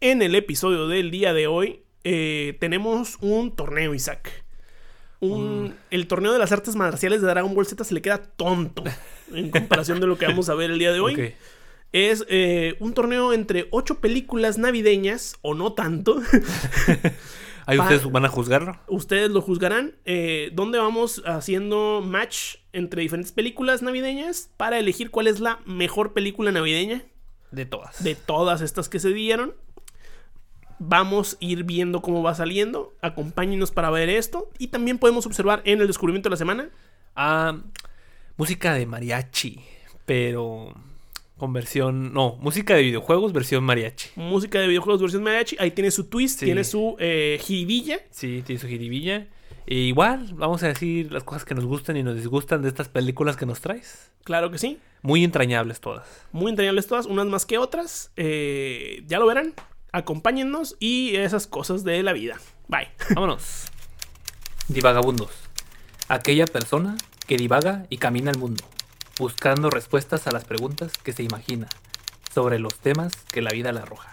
en el episodio del día de hoy tenemos un torneo, Isaac. El torneo de las artes marciales de Dragon Ball Z se le queda tonto en comparación de lo que vamos a ver el día de hoy. Okay. Es un torneo entre 8 películas navideñas, o no tanto. Ahí ustedes van a juzgarlo. Ustedes lo juzgarán. Donde vamos haciendo match entre diferentes películas navideñas para elegir cuál es la mejor película navideña. De todas. De todas estas que se dieron. Vamos a ir viendo cómo va saliendo. Acompáñenos para ver esto. Y también podemos observar en el descubrimiento de la semana. Música de mariachi, pero con versión... No, música de videojuegos, versión mariachi. Música de videojuegos, versión mariachi. Ahí tiene su twist, Sí. tiene su jiribilla. Sí, tiene su jiribilla. Igual, vamos a decir las cosas que nos gustan y nos disgustan de estas películas que nos traes. Claro que sí. Muy entrañables todas. Muy entrañables todas, unas más que otras. Ya lo verán. Acompáñennos y esas cosas de la vida. Bye. Vámonos. Divagabundos. Aquella persona que divaga y camina el mundo, buscando respuestas a las preguntas que se imagina sobre los temas que la vida le arroja.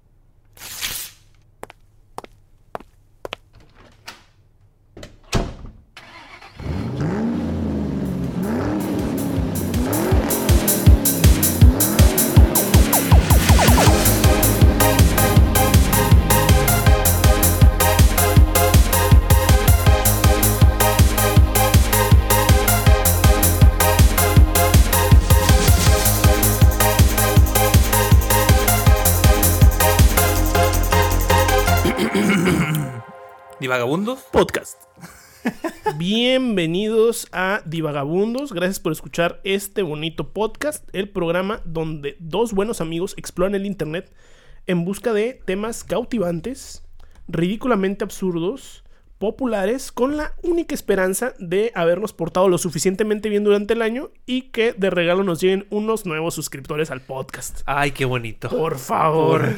Divagabundos Podcast. Bienvenidos a Divagabundos. Gracias por escuchar este bonito podcast. El programa donde dos buenos amigos exploran el internet en busca de temas cautivantes, ridículamente absurdos, populares, con la única esperanza de habernos portado lo suficientemente bien durante el año y que de regalo nos lleguen unos nuevos suscriptores al podcast. Ay, qué bonito. Por favor.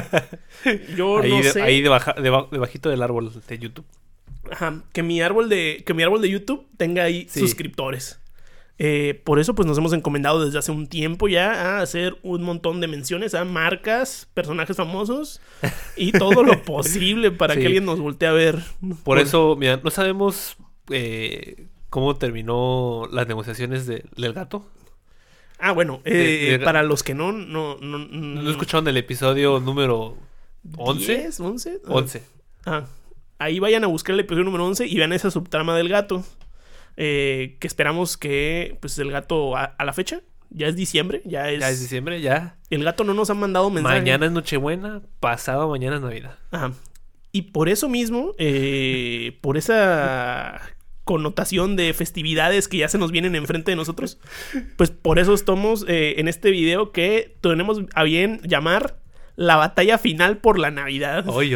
Yo ahí no sé. Ahí debajito del árbol de YouTube. Ajá, que mi árbol de YouTube tenga ahí Sí. suscriptores. Por eso pues nos hemos encomendado desde hace un tiempo ya a hacer un montón de menciones a marcas, personajes famosos y todo lo posible para Sí. que alguien nos voltee a ver. Por eso, mira, no sabemos cómo terminó las negociaciones del gato. Ah, bueno, para los que no ¿No escucharon el episodio número 11? 10, 11. 11. Ahí vayan a buscar el episodio número 11 y vean esa subtrama del gato. Que esperamos que pues el gato a la fecha, ya es diciembre, Ya es diciembre, ya. el gato no nos ha mandado mensaje. Mañana es Nochebuena, pasado mañana es Navidad. Ajá. Y por eso mismo, por esa connotación de festividades que ya se nos vienen enfrente de nosotros, pues por eso estamos en este video que tenemos a bien llamar la batalla final por la Navidad. Oy.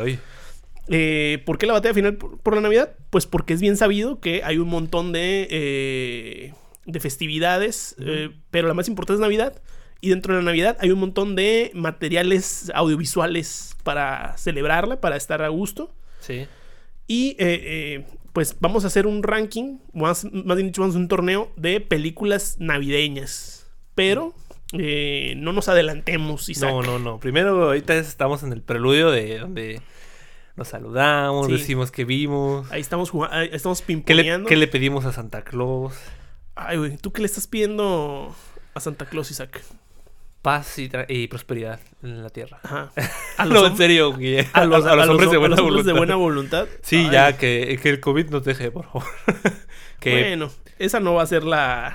¿Por qué la batalla final por la Navidad? Pues porque es bien sabido que hay un montón de festividades, pero la más importante es Navidad. Y dentro de la Navidad hay un montón de materiales audiovisuales para celebrarla, para estar a gusto. Sí. Y pues vamos a hacer un ranking, más bien dicho, vamos a hacer un torneo de películas navideñas. Pero no nos adelantemos, Isaac. No. Primero, ahorita estamos en el preludio de donde nos saludamos, Sí. decimos que vimos. Ahí estamos jugando, estamos ¿Qué pimponeando. le pedimos a Santa Claus? Ay, güey, ¿tú qué le estás pidiendo a Santa Claus, Isaac? Paz y prosperidad en la tierra. Ajá. No, en serio, Guille. A los hombres de buena hombres voluntad. de buena voluntad. Sí, Ay, ya, que el COVID nos deje, por favor. Bueno, esa no va a ser la...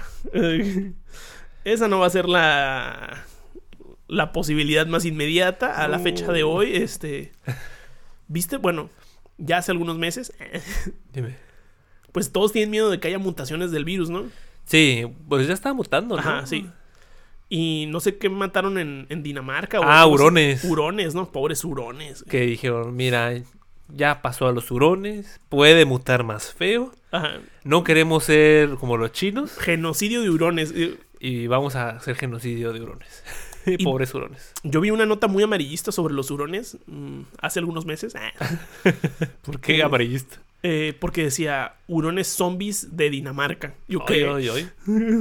esa no va a ser la posibilidad más inmediata a la fecha de hoy. ¿Viste? Bueno, ya hace algunos meses, Dime. pues todos tienen miedo de que haya mutaciones del virus, ¿no? Sí, pues ya estaba mutando, ¿no? Ajá, sí. Y no sé qué mataron en Dinamarca. Hurones. Hurones, ¿no? Pobres hurones. Que dijeron, mira, ya pasó a los hurones, puede mutar más feo. Ajá. No queremos ser como los chinos Genocidio de hurones. y vamos a hacer genocidio de hurones. Pobres hurones. Yo vi una nota muy amarillista sobre los hurones hace algunos meses. ¿Por qué amarillista? Porque decía hurones zombies de Dinamarca. Yo Ay.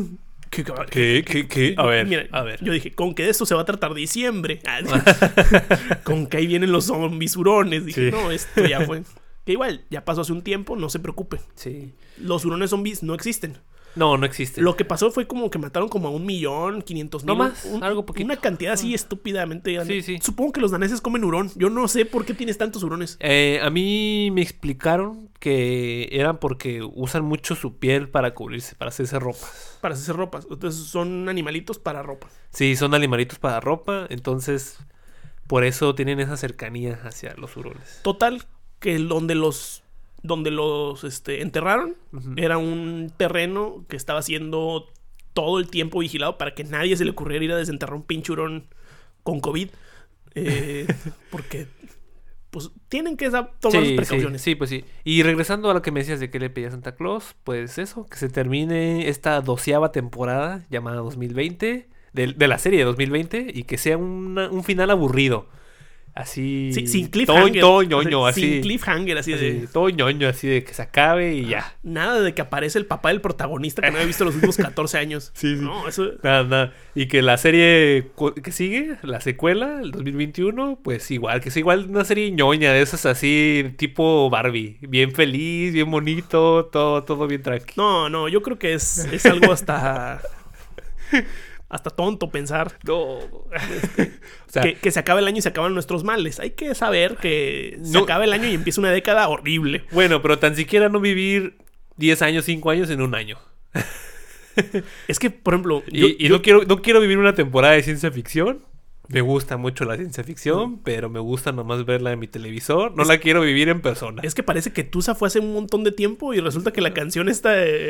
¿Qué? A ver, Mira, a ver. yo dije, con que de esto se va a tratar diciembre. Con que ahí vienen los zombies hurones. Dije, Sí. no, esto ya fue. Que igual, ya pasó hace un tiempo, no se preocupe. Sí. Los hurones zombies no existen. No existe. Lo que pasó fue como que mataron como a 1.500.000. No más, algo poquito. Una cantidad así estúpidamente grande. Sí. Supongo que los daneses comen hurón. Yo no sé por qué tienes tantos hurones. A mí me explicaron que eran porque usan mucho su piel para cubrirse, para hacerse ropas. Para hacerse ropas. Entonces son animalitos para ropa. Sí, son animalitos para ropa, entonces por eso tienen esa cercanía hacia los hurones. Total, que donde los enterraron era un terreno que estaba siendo todo el tiempo vigilado para que nadie se le ocurriera ir a desenterrar un pinche hurón con COVID. Porque pues tienen que tomar sus precauciones. Sí, pues sí. Y regresando a lo que me decías de que le pedí a Santa Claus, pues eso, que se termine esta 12ª temporada llamada 2020, de la serie de 2020, y que sea un final aburrido. Así. Sí, sin cliffhanger. Todo ñoño, así. Sin cliffhanger, así de. Todo ñoño, así de que se acabe y ya. Nada de que aparece el papá del protagonista que no había visto los últimos 14 años. Sí. No, eso. Nada. Y que la serie que sigue, la secuela, el 2021, pues igual, que es igual una serie ñoña, de esas así, tipo Barbie. Bien feliz, bien bonito, todo bien tranquilo. No, yo creo que es algo hasta tonto pensar. No. O sea, que se acabe el año y se acaban nuestros males. Hay que saber que se acaba el año y empieza una década horrible. Bueno, pero tan siquiera no vivir 10 años, 5 años en un año. Es que, por ejemplo... No quiero vivir una temporada de ciencia ficción. Me gusta mucho la ciencia ficción, pero me gusta nomás verla en mi televisor. No la quiero vivir en persona. Es que parece que Tusa fue hace un montón de tiempo y resulta que la canción está...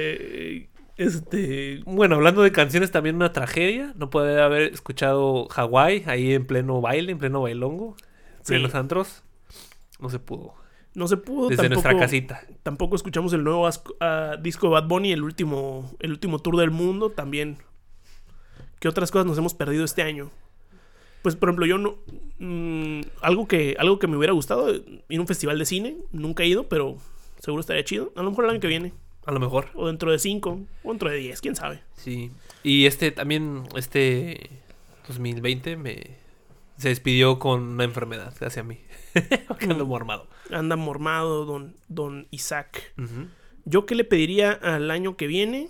Bueno, hablando de canciones, también una tragedia. No puede haber escuchado Hawái ahí en pleno baile, en pleno bailongo, en plenos antros. No se pudo. No se pudo. Desde nuestra casita. Tampoco escuchamos el nuevo disco de Bad Bunny, el último tour del mundo. También. ¿Qué otras cosas nos hemos perdido este año? Pues, por ejemplo, yo no... algo que me hubiera gustado, ir a un festival de cine. Nunca he ido, pero seguro estaría chido. A lo mejor el año que viene. A lo mejor. O dentro de 5, o dentro de 10, quién sabe. Sí. Y también, 2020 se despidió con una enfermedad hacia mí. Ando mormado. Anda mormado, don Isaac. Uh-huh. ¿Yo qué le pediría al año que viene?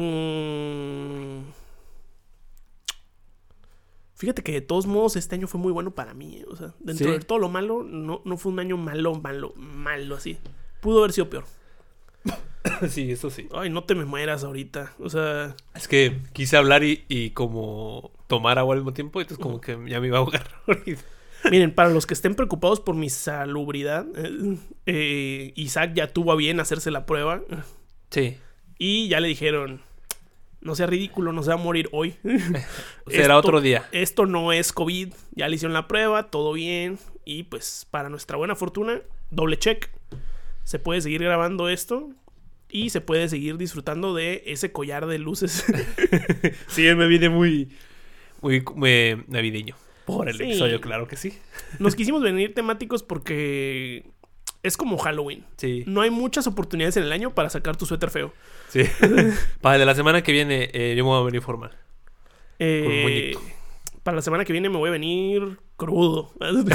Fíjate que de todos modos este año fue muy bueno para mí. O sea, dentro de todo lo malo, no fue un año malo así. Pudo haber sido peor. Sí, eso sí. Ay, no te me mueras ahorita. O sea... Es que quise hablar y como tomar agua al mismo tiempo, entonces como que ya me iba a ahogar. Miren, para los que estén preocupados por mi salubridad, Isaac ya tuvo a bien hacerse la prueba. Sí. Y ya le dijeron, no sea ridículo, no se va a morir hoy. Será otro día. Esto no es COVID. Ya le hicieron la prueba, todo bien. Y pues para nuestra buena fortuna, doble check. Se puede seguir grabando esto y se puede seguir disfrutando de ese collar de luces. Sí, me viene muy navideño. Por el episodio, claro que sí. Nos quisimos venir temáticos porque es como Halloween. Sí. No hay muchas oportunidades en el año para sacar tu suéter feo. Sí. Para la semana que viene yo me voy a venir formal. Con un moñito. Para la semana que viene me voy a venir crudo.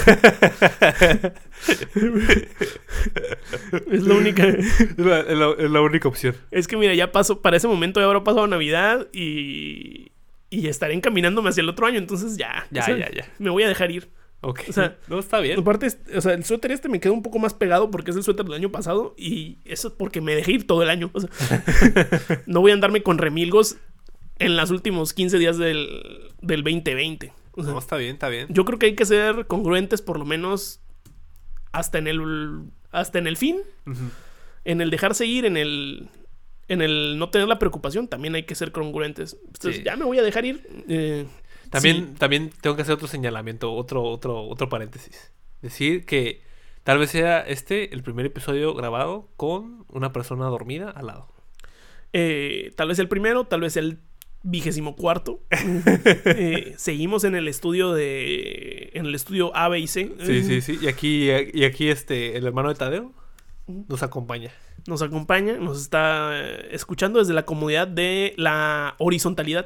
Es la única. Es la única opción. Es que mira, ya pasó, para ese momento ya habrá pasado Navidad y estaré encaminándome hacia el otro año, entonces ya. Me voy a dejar ir. Ok. O sea, no, está bien. Aparte, o sea, el suéter me quedó un poco más pegado porque es el suéter del año pasado y eso es porque me dejé ir todo el año. O sea, no voy a andarme con remilgos en los últimos 15 días del 2020. O sea, no, está bien. Yo creo que hay que ser congruentes por lo menos hasta en el fin. Uh-huh. En el dejarse ir, en el no tener la preocupación, también hay que ser congruentes. Entonces, ya me voy a dejar ir. También tengo que hacer otro señalamiento, otro paréntesis. Decir que tal vez sea el primer episodio grabado con una persona dormida al lado. Tal vez el primero, tal vez el 24. Seguimos en el estudio A, B y C. Sí. Y aquí el hermano de Tadeo nos acompaña. nos acompaña, nos está escuchando desde la comodidad de la horizontalidad.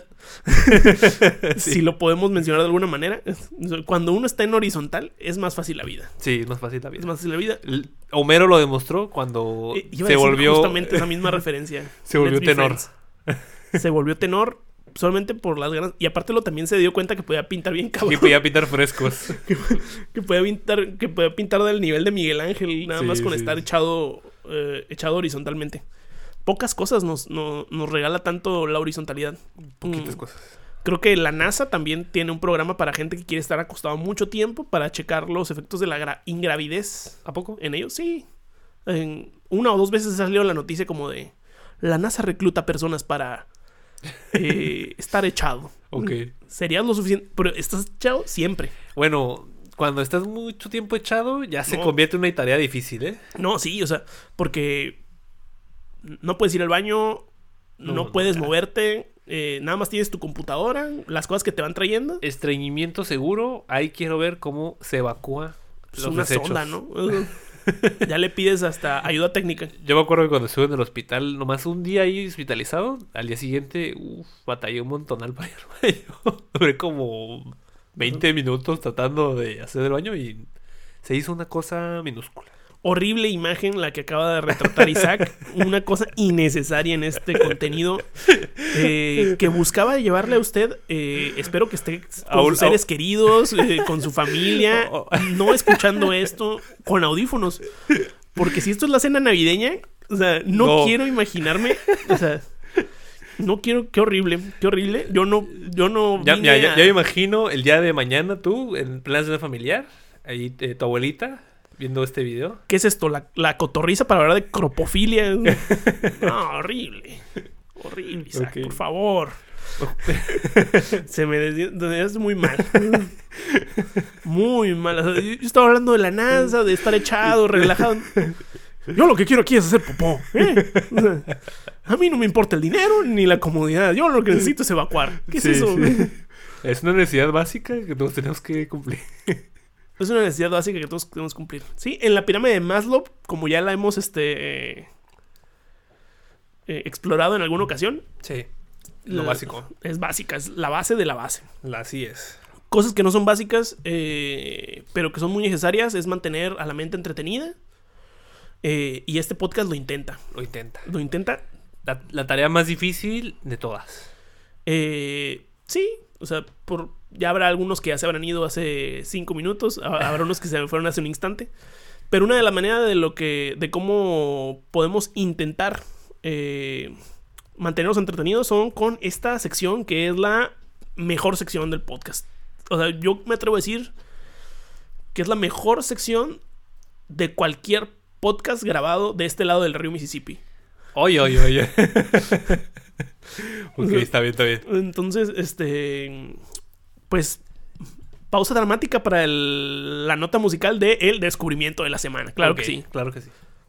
Si lo podemos mencionar de alguna manera. Cuando uno está en horizontal, es más fácil la vida. Sí, es más fácil la vida. Es más fácil la vida. Homero lo demostró cuando Iba a se decir volvió... justamente esa misma referencia. Se volvió Let's be tenor. friends. Se volvió tenor solamente por las ganas. Y aparte también se dio cuenta que podía pintar bien cabrón. Y podía pintar frescos. que podía pintar del nivel de Miguel Ángel, nada Sí, más con sí. estar echado horizontalmente. Pocas cosas nos regala tanto la horizontalidad. Poquitas cosas. Creo que la NASA también tiene un programa para gente que quiere estar acostado mucho tiempo para checar los efectos de la ingravidez. ¿A poco? En ellos, sí. Una o dos veces salió la noticia como de... La NASA recluta personas para estar echado. Ok. Serías lo suficiente... Pero estás echado siempre. Bueno, cuando estás mucho tiempo echado, ya se No. convierte en una tarea difícil, ¿eh? No, sí, o sea, porque... No puedes ir al baño, no puedes moverte, nada más tienes tu computadora, las cosas que te van trayendo. Estreñimiento seguro, ahí quiero ver cómo se evacúa Es los una desechos. sonda, ¿no? Ya le pides hasta ayuda técnica. Yo me acuerdo que cuando estuve en el hospital, nomás un día ahí hospitalizado, al día siguiente, batallé un montonal para ir al baño. Duré como 20 minutos tratando de hacer el baño y se hizo una cosa minúscula. Horrible imagen la que acaba de retratar Isaac. Una cosa innecesaria en este contenido que buscaba llevarle a usted. Espero que esté con sus seres queridos, con su familia, no escuchando esto con audífonos. Porque si esto es la cena navideña, o sea, no quiero imaginarme. O sea, no quiero. Qué horrible, qué horrible. Yo no. Ya me imagino el día de mañana tú, en plan de familiar, ahí tu abuelita viendo este video. ¿Qué es esto? La cotorriza para hablar de cropofilia. No, horrible. Horrible, Isaac, Ok. por favor. Se me es muy mal. Muy mal. O sea, yo estaba hablando de la NASA, de estar echado, relajado. Yo lo que quiero aquí es hacer popó. O sea, a mí no me importa el dinero ni la comodidad. Yo lo que necesito es evacuar. ¿Qué es eso? Sí. Es una necesidad básica que todos tenemos que cumplir. Es una necesidad básica que todos debemos cumplir. Sí, en la pirámide de Maslow, como ya la hemos explorado en alguna ocasión. Sí. Lo básico. Es básica, es la base de la base. Así es. Cosas que no son básicas, pero que son muy necesarias, es mantener a la mente entretenida. Y este podcast lo intenta. Lo intenta. Lo intenta. La tarea más difícil de todas. Sí, o sea, ya habrá algunos que ya se habrán ido hace 5 minutos, habrá unos que se fueron hace un instante. Pero una de las maneras de cómo podemos intentar mantenernos entretenidos son con esta sección que es la mejor sección del podcast. O sea, yo me atrevo a decir que es la mejor sección de cualquier podcast grabado de este lado del río Mississippi. Oye. Ok, está bien. Entonces, pues, pausa dramática para la nota musical de El Descubrimiento de la Semana. Claro Ok, que sí. Claro que sí.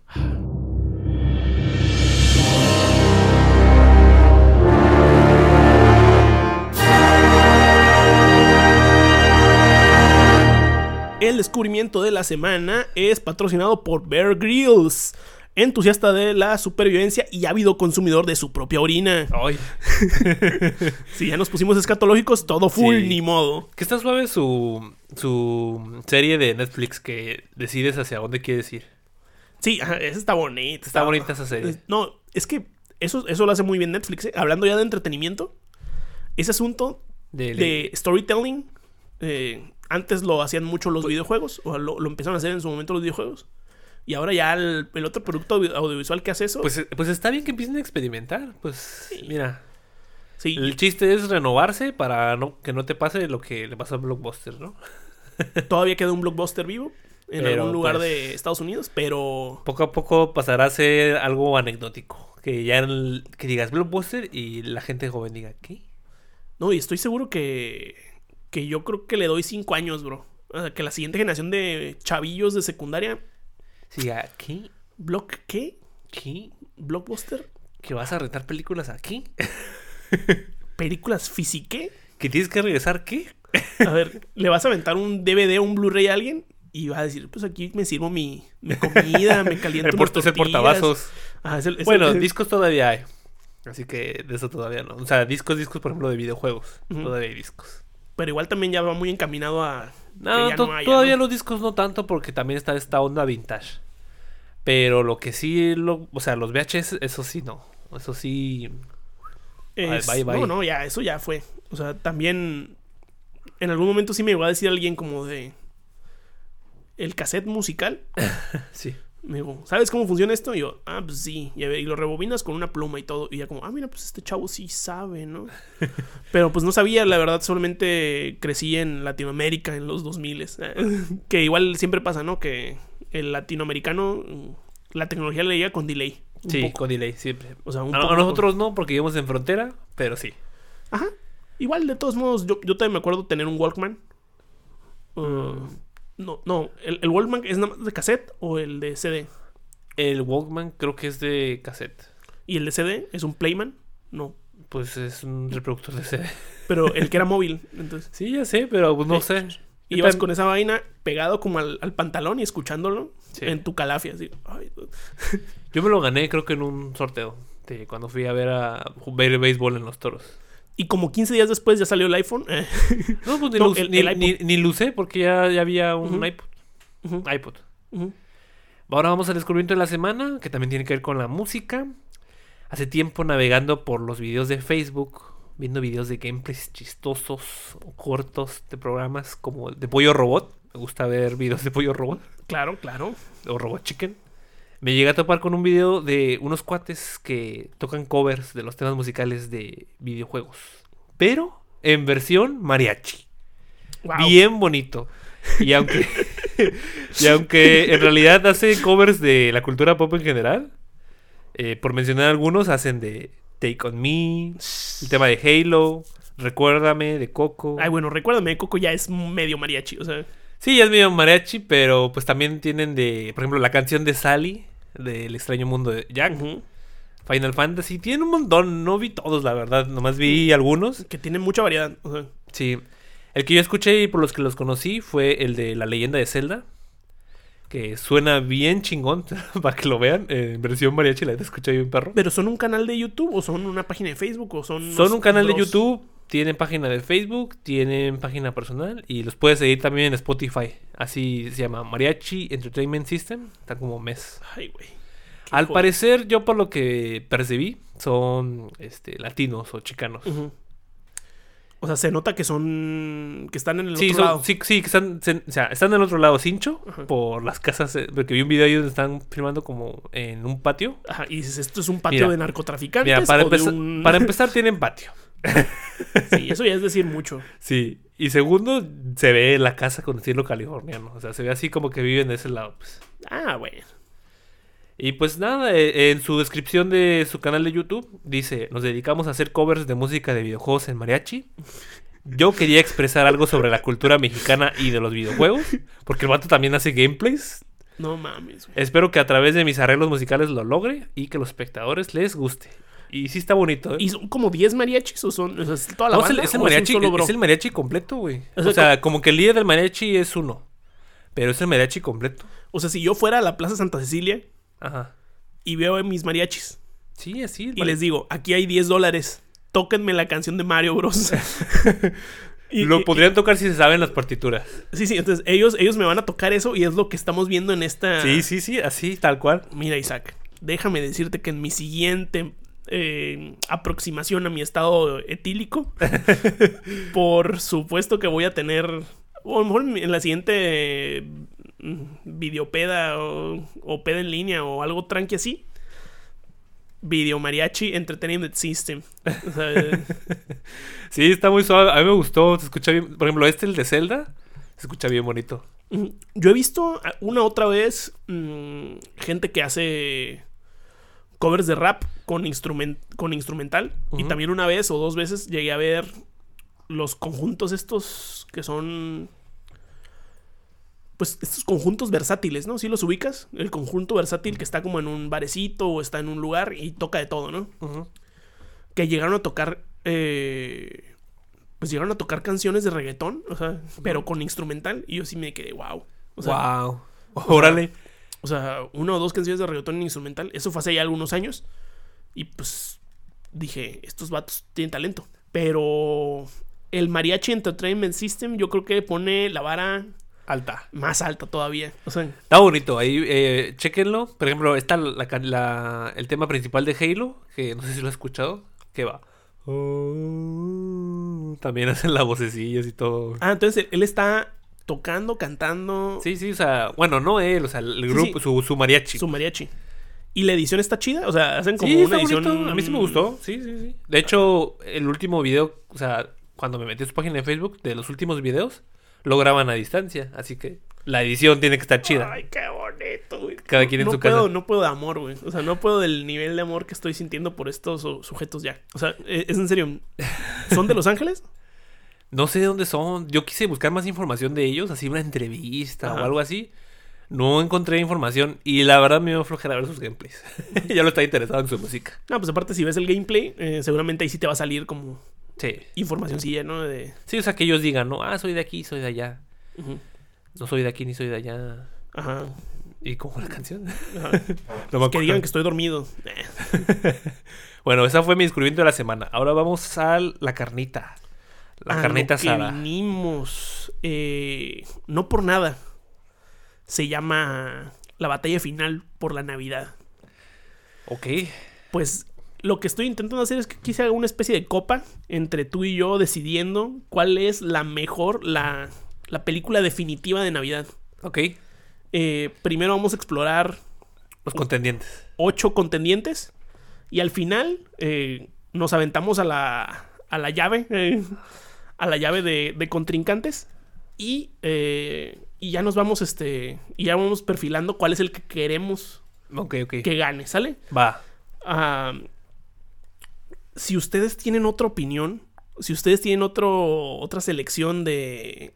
El Descubrimiento de la Semana es patrocinado por Bear Grylls, entusiasta de la supervivencia y ávido consumidor de su propia orina. Ay. Si ya nos pusimos escatológicos, todo full, Sí. ni modo. Que está suave su serie de Netflix que decides hacia dónde quieres ir. Sí, esa está bonita. Está bonita esa serie. No, es que eso lo hace muy bien Netflix, ¿eh? Hablando ya de entretenimiento, ese asunto de storytelling, antes lo hacían mucho los videojuegos, o lo empezaron a hacer en su momento los videojuegos. Y ahora ya el otro producto audiovisual que hace eso. Pues está bien que empiecen a experimentar. Pues Sí. mira, Sí, el chiste es renovarse para que no te pase lo que le pasa a Blockbuster, ¿no? todavía queda un Blockbuster vivo en Pero, algún lugar pues, de Estados Unidos, pero Poco a poco pasará a ser algo anecdótico. Que ya que digas Blockbuster y la gente joven diga, ¿qué? no, y estoy seguro que yo creo que le doy 5 años, bro. O sea, que la siguiente generación de chavillos de secundaria, Diga, ¿qué? ¿qué? ¿Qué? ¿Blockbuster? ¿Que vas a rentar películas aquí? ¿Películas físique? ¿Que tienes que regresar qué? A ver, ¿le vas a aventar un DVD o un Blu-ray a alguien? Y iba a decir, pues aquí me sirvo mi comida, me caliento unas Es el tortillas. portavasos. Ajá, Bueno, discos todavía hay. Así que de eso todavía no. O sea, discos, por ejemplo, de videojuegos. Ujú. Todavía hay discos. Pero igual también ya va muy encaminado a... No, que ya no haya, todavía ¿no? los discos no tanto porque también está esta onda vintage. Pero lo que sí, o sea, los VHS, eso sí no. Eso sí... Bye. No, ya, eso ya fue. O sea, también... En algún momento sí me llegó a decir alguien como de... El cassette musical. Sí. Me dijo, ¿sabes cómo funciona esto? Y yo, pues sí. Y lo rebobinas con una pluma y todo. Y ya como, mira, pues este chavo sí sabe, ¿no? Pero pues no sabía, la verdad, solamente crecí en Latinoamérica en los 2000. Que igual siempre pasa, ¿no? Que el latinoamericano, la tecnología le llega con delay. Un Sí, poco. con delay, siempre. O sea, un A poco. nosotros no, porque vivimos en frontera, pero sí. Ajá. Igual, de todos modos, yo también me acuerdo tener un Walkman. No, ¿el Walkman es nada más de cassette o el de CD? El Walkman creo que es de cassette. ¿Y el de CD es un Playman? No. Pues es un reproductor de CD. Pero el que era móvil, entonces. Sí, ya sé, pero pues no sé. Ibas con esa vaina pegado como al pantalón y escuchándolo Sí. en tu calafia, así. Ay, Yo me lo gané, creo que en un sorteo. Cuando fui a ver béisbol en los Toros. y como 15 días después ya salió el iPhone. No, pues No, el iPod. ni lo usé porque ya había un Ujú. iPod. Ujú. Ahora vamos al descubrimiento de la semana, que también tiene que ver con la música. Hace tiempo navegando por los videos de Facebook, viendo videos de gameplays chistosos o cortos de programas como de Pollo Robot. Me gusta ver videos de Pollo Robot Claro. o Robot Chicken. Me llegué a topar con un video de unos cuates que tocan covers de los temas musicales de videojuegos, pero en versión mariachi. Wow. Bien bonito. Y aunque en realidad hacen covers de la cultura pop en general, por mencionar algunos, hacen de Take On Me, el tema de Halo, Recuérdame, de Coco. Ay, bueno, recuérdame, Coco ya es medio mariachi, o sea. Sí, ya es medio mariachi, pero pues también tienen por ejemplo, la canción de Sally, del extraño mundo de Jack, Ujú. Final Fantasy. Tienen un montón, no vi todos, la verdad, nomás vi algunos. Que tiene mucha variedad, o sea. Sí. El que yo escuché y por los que los conocí fue el de La Leyenda de Zelda. Que suena bien chingón, para que lo vean. En versión mariachi, la neta escucha bien perro. ¿Pero son un canal de YouTube o son una página de Facebook o son Son unos un canal de bros? YouTube, tienen página de Facebook, tienen página personal y los puedes seguir también en Spotify. Así se llama, Mariachi Entertainment System. Está como mes. Ay, güey. Al parecer, yo por lo que percibí, son latinos o chicanos. Ujú. O sea, se nota que son... que están en el Sí, otro lado. sí, que están del otro lado, cincho, Ajá. por las casas, porque vi un video ahí donde están filmando como en un patio. Ajá, y dices, ¿esto es un patio Mira, de narcotraficantes? Mira, para o de empezar, un... para empezar tienen patio. Sí, eso ya es decir mucho. Sí, y segundo, se ve la casa con estilo californiano, o sea, se ve así como que viven de ese lado, pues. Bueno. Y pues nada, en su descripción de su canal de YouTube dice, nos dedicamos a hacer covers de música de videojuegos en mariachi. Yo quería expresar algo sobre la cultura mexicana y de los videojuegos, porque el vato también hace gameplays. No mames, güey. Espero que a través de mis arreglos musicales lo logre y que a los espectadores les guste. Y sí está bonito, ¿eh? ¿Y son como 10 mariachis o son... o sea, ¿es toda la No, banda es el o mariachi, un solo bro? es el mariachi completo, güey. O sea, O sea, como que el líder del mariachi es uno. Pero es el mariachi completo. O sea, si yo fuera a la Plaza Santa Cecilia Ajá. y veo a mis mariachis Sí, así. y les digo, aquí hay $10, tóquenme la canción de Mario Bros. Lo podrían tocar si se saben las partituras. Sí, entonces ellos me van a tocar eso y es lo que estamos viendo en esta... Sí, así, tal cual. Mira, Isaac, déjame decirte que en mi siguiente aproximación a mi estado etílico, por supuesto que voy a tener, o a lo mejor en la siguiente videopeda o peda en línea o algo tranqui así, Video Mariachi Entertainment System. O sea, Sí, está muy suave. A mí me gustó. Se escucha bien. Por ejemplo, el de Zelda. Se escucha bien bonito. yo he visto una otra vez gente que hace covers de rap con instrumental. Y Ujú. también una vez o dos veces llegué a ver los conjuntos estos que son... Pues estos conjuntos versátiles, ¿no? ¿Sí los ubicas? El conjunto versátil que está como en un barecito o está en un lugar y toca de todo, ¿no? Ujú. Que llegaron a tocar... pues llegaron a tocar canciones de reggaetón, o sea, pero con instrumental. Y yo sí me quedé, wow. O sea, Wow. Órale. O sea, 1 o 2 canciones de reggaetón instrumental. Eso fue hace ya algunos años. Y pues dije, estos vatos tienen talento. Pero el Mariachi Entertainment System yo creo que pone la vara Alta. más alta todavía. O sea, Está bonito. Ahí, chéquenlo. Por ejemplo, está el tema principal de Halo, que no sé si lo has escuchado, que va. También hacen las vocecillas y todo. entonces él está tocando, cantando Sí, o sea, bueno, no él, o sea, el Sí, grupo, sí. su mariachi. su mariachi. Y la edición está chida. O sea, hacen como Sí, una está edición. bonito. A mí sí me gustó. Sí. De hecho, el último video, o sea, cuando me metí a su página de Facebook, de los últimos videos, lo graban a distancia. Así que la edición tiene que estar chida. Ay, qué bonito, güey. Cada quien en no su puedo, casa. No puedo de amor, güey. O sea, no puedo del nivel de amor que estoy sintiendo por estos sujetos ya. O sea, es en serio. ¿Son de Los Ángeles? No sé de dónde son. Yo quise buscar más información de ellos, así una entrevista Ajá. o algo así. No encontré información y la verdad me dio flojera ver sus gameplays. Ya lo estaba interesado en su música. No, pues aparte si ves el gameplay, seguramente ahí sí te va a salir como Sí. informacioncilla, ¿no? Sí, o sea, que ellos digan, ¿no? Ah, soy de aquí, soy de allá. Ujú. No soy de aquí ni soy de allá. Ajá. ¿Y cómo la canción? Ajá. No me Que acuerdo. digan que estoy dormido. Bueno, esa fue mi descubrimiento de la semana. Ahora vamos a la carnita. La carnita lo que asada. vinimos. No por nada. Se llama la batalla final por la Navidad. Ok. Pues lo que estoy intentando hacer es que quise hacer una especie de copa entre tú y yo decidiendo cuál es la mejor, la película definitiva de Navidad. Ok. Primero vamos a explorar Los contendientes. 8 contendientes y al final nos aventamos a la llave, a la llave de contrincantes y ya nos vamos y ya vamos perfilando cuál es el que queremos Ok. que gane, ¿sale? Va. Si ustedes tienen otra opinión, si ustedes tienen otra selección de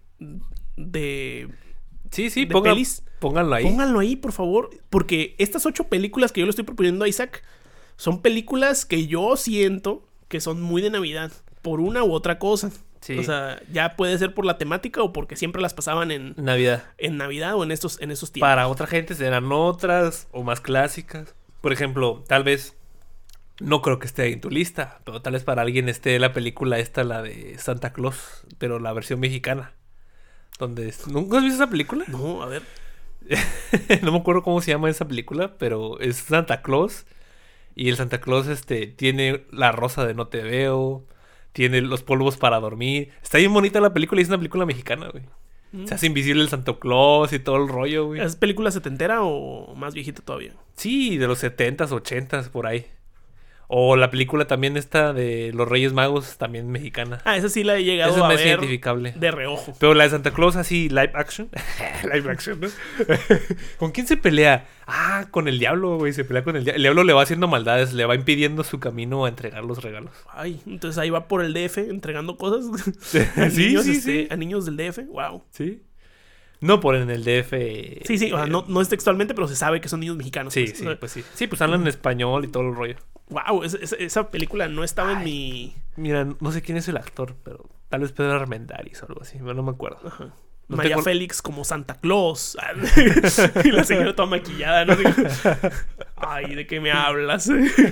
Sí, de pelis. pelis, Pónganlo ahí. pónganlo ahí, por favor, porque estas 8 películas que yo le estoy proponiendo a Isaac son películas que yo siento que son muy de Navidad, por una u otra cosa. Sí. O sea, ya puede ser por la temática o porque siempre las pasaban en Navidad. Navidad o en esos tiempos. Para otra gente serán otras o más clásicas. Por ejemplo, tal vez no creo que esté en tu lista, pero tal vez para alguien esté la película esta, la de Santa Claus, pero la versión mexicana. ¿Nunca has visto esa película? No, a ver. No me acuerdo cómo se llama esa película, pero es Santa Claus. Y el Santa Claus tiene la rosa de No Te Veo, tiene los polvos para dormir. Está bien bonita la película y es una película mexicana, güey. Se hace invisible el Santa Claus y todo el rollo, güey. ¿Es película setentera o más viejita todavía? Sí, de los 70s, 80s, por ahí. O la película también esta de los Reyes Magos, también mexicana. Esa sí la he llegado Esa a es más ver identificable. de reojo. Pero la de Santa Claus así, live action. Live action, ¿no? ¿Con quién se pelea? Ah, con el diablo, güey. Se pelea con el diablo. El diablo le va haciendo maldades, le va impidiendo su camino a entregar los regalos. Ay, entonces ahí va por el DF entregando cosas. Sí, sí. A niños del DF, wow. ¿Sí? No por en el DF. Sí, o sea, no es textualmente, pero se sabe que son niños mexicanos. Sí, pues. sí, pues sí. Sí, pues hablan en español y todo el rollo. Wow, esa película no estaba en mi... Mira, no sé quién es el actor, pero tal vez Pedro Armendáriz o algo así, pero no me acuerdo. Ajá. No Maya tengo- Félix como Santa Claus. Y la señora toda maquillada, ¿no? Ay, ¿de qué me hablas?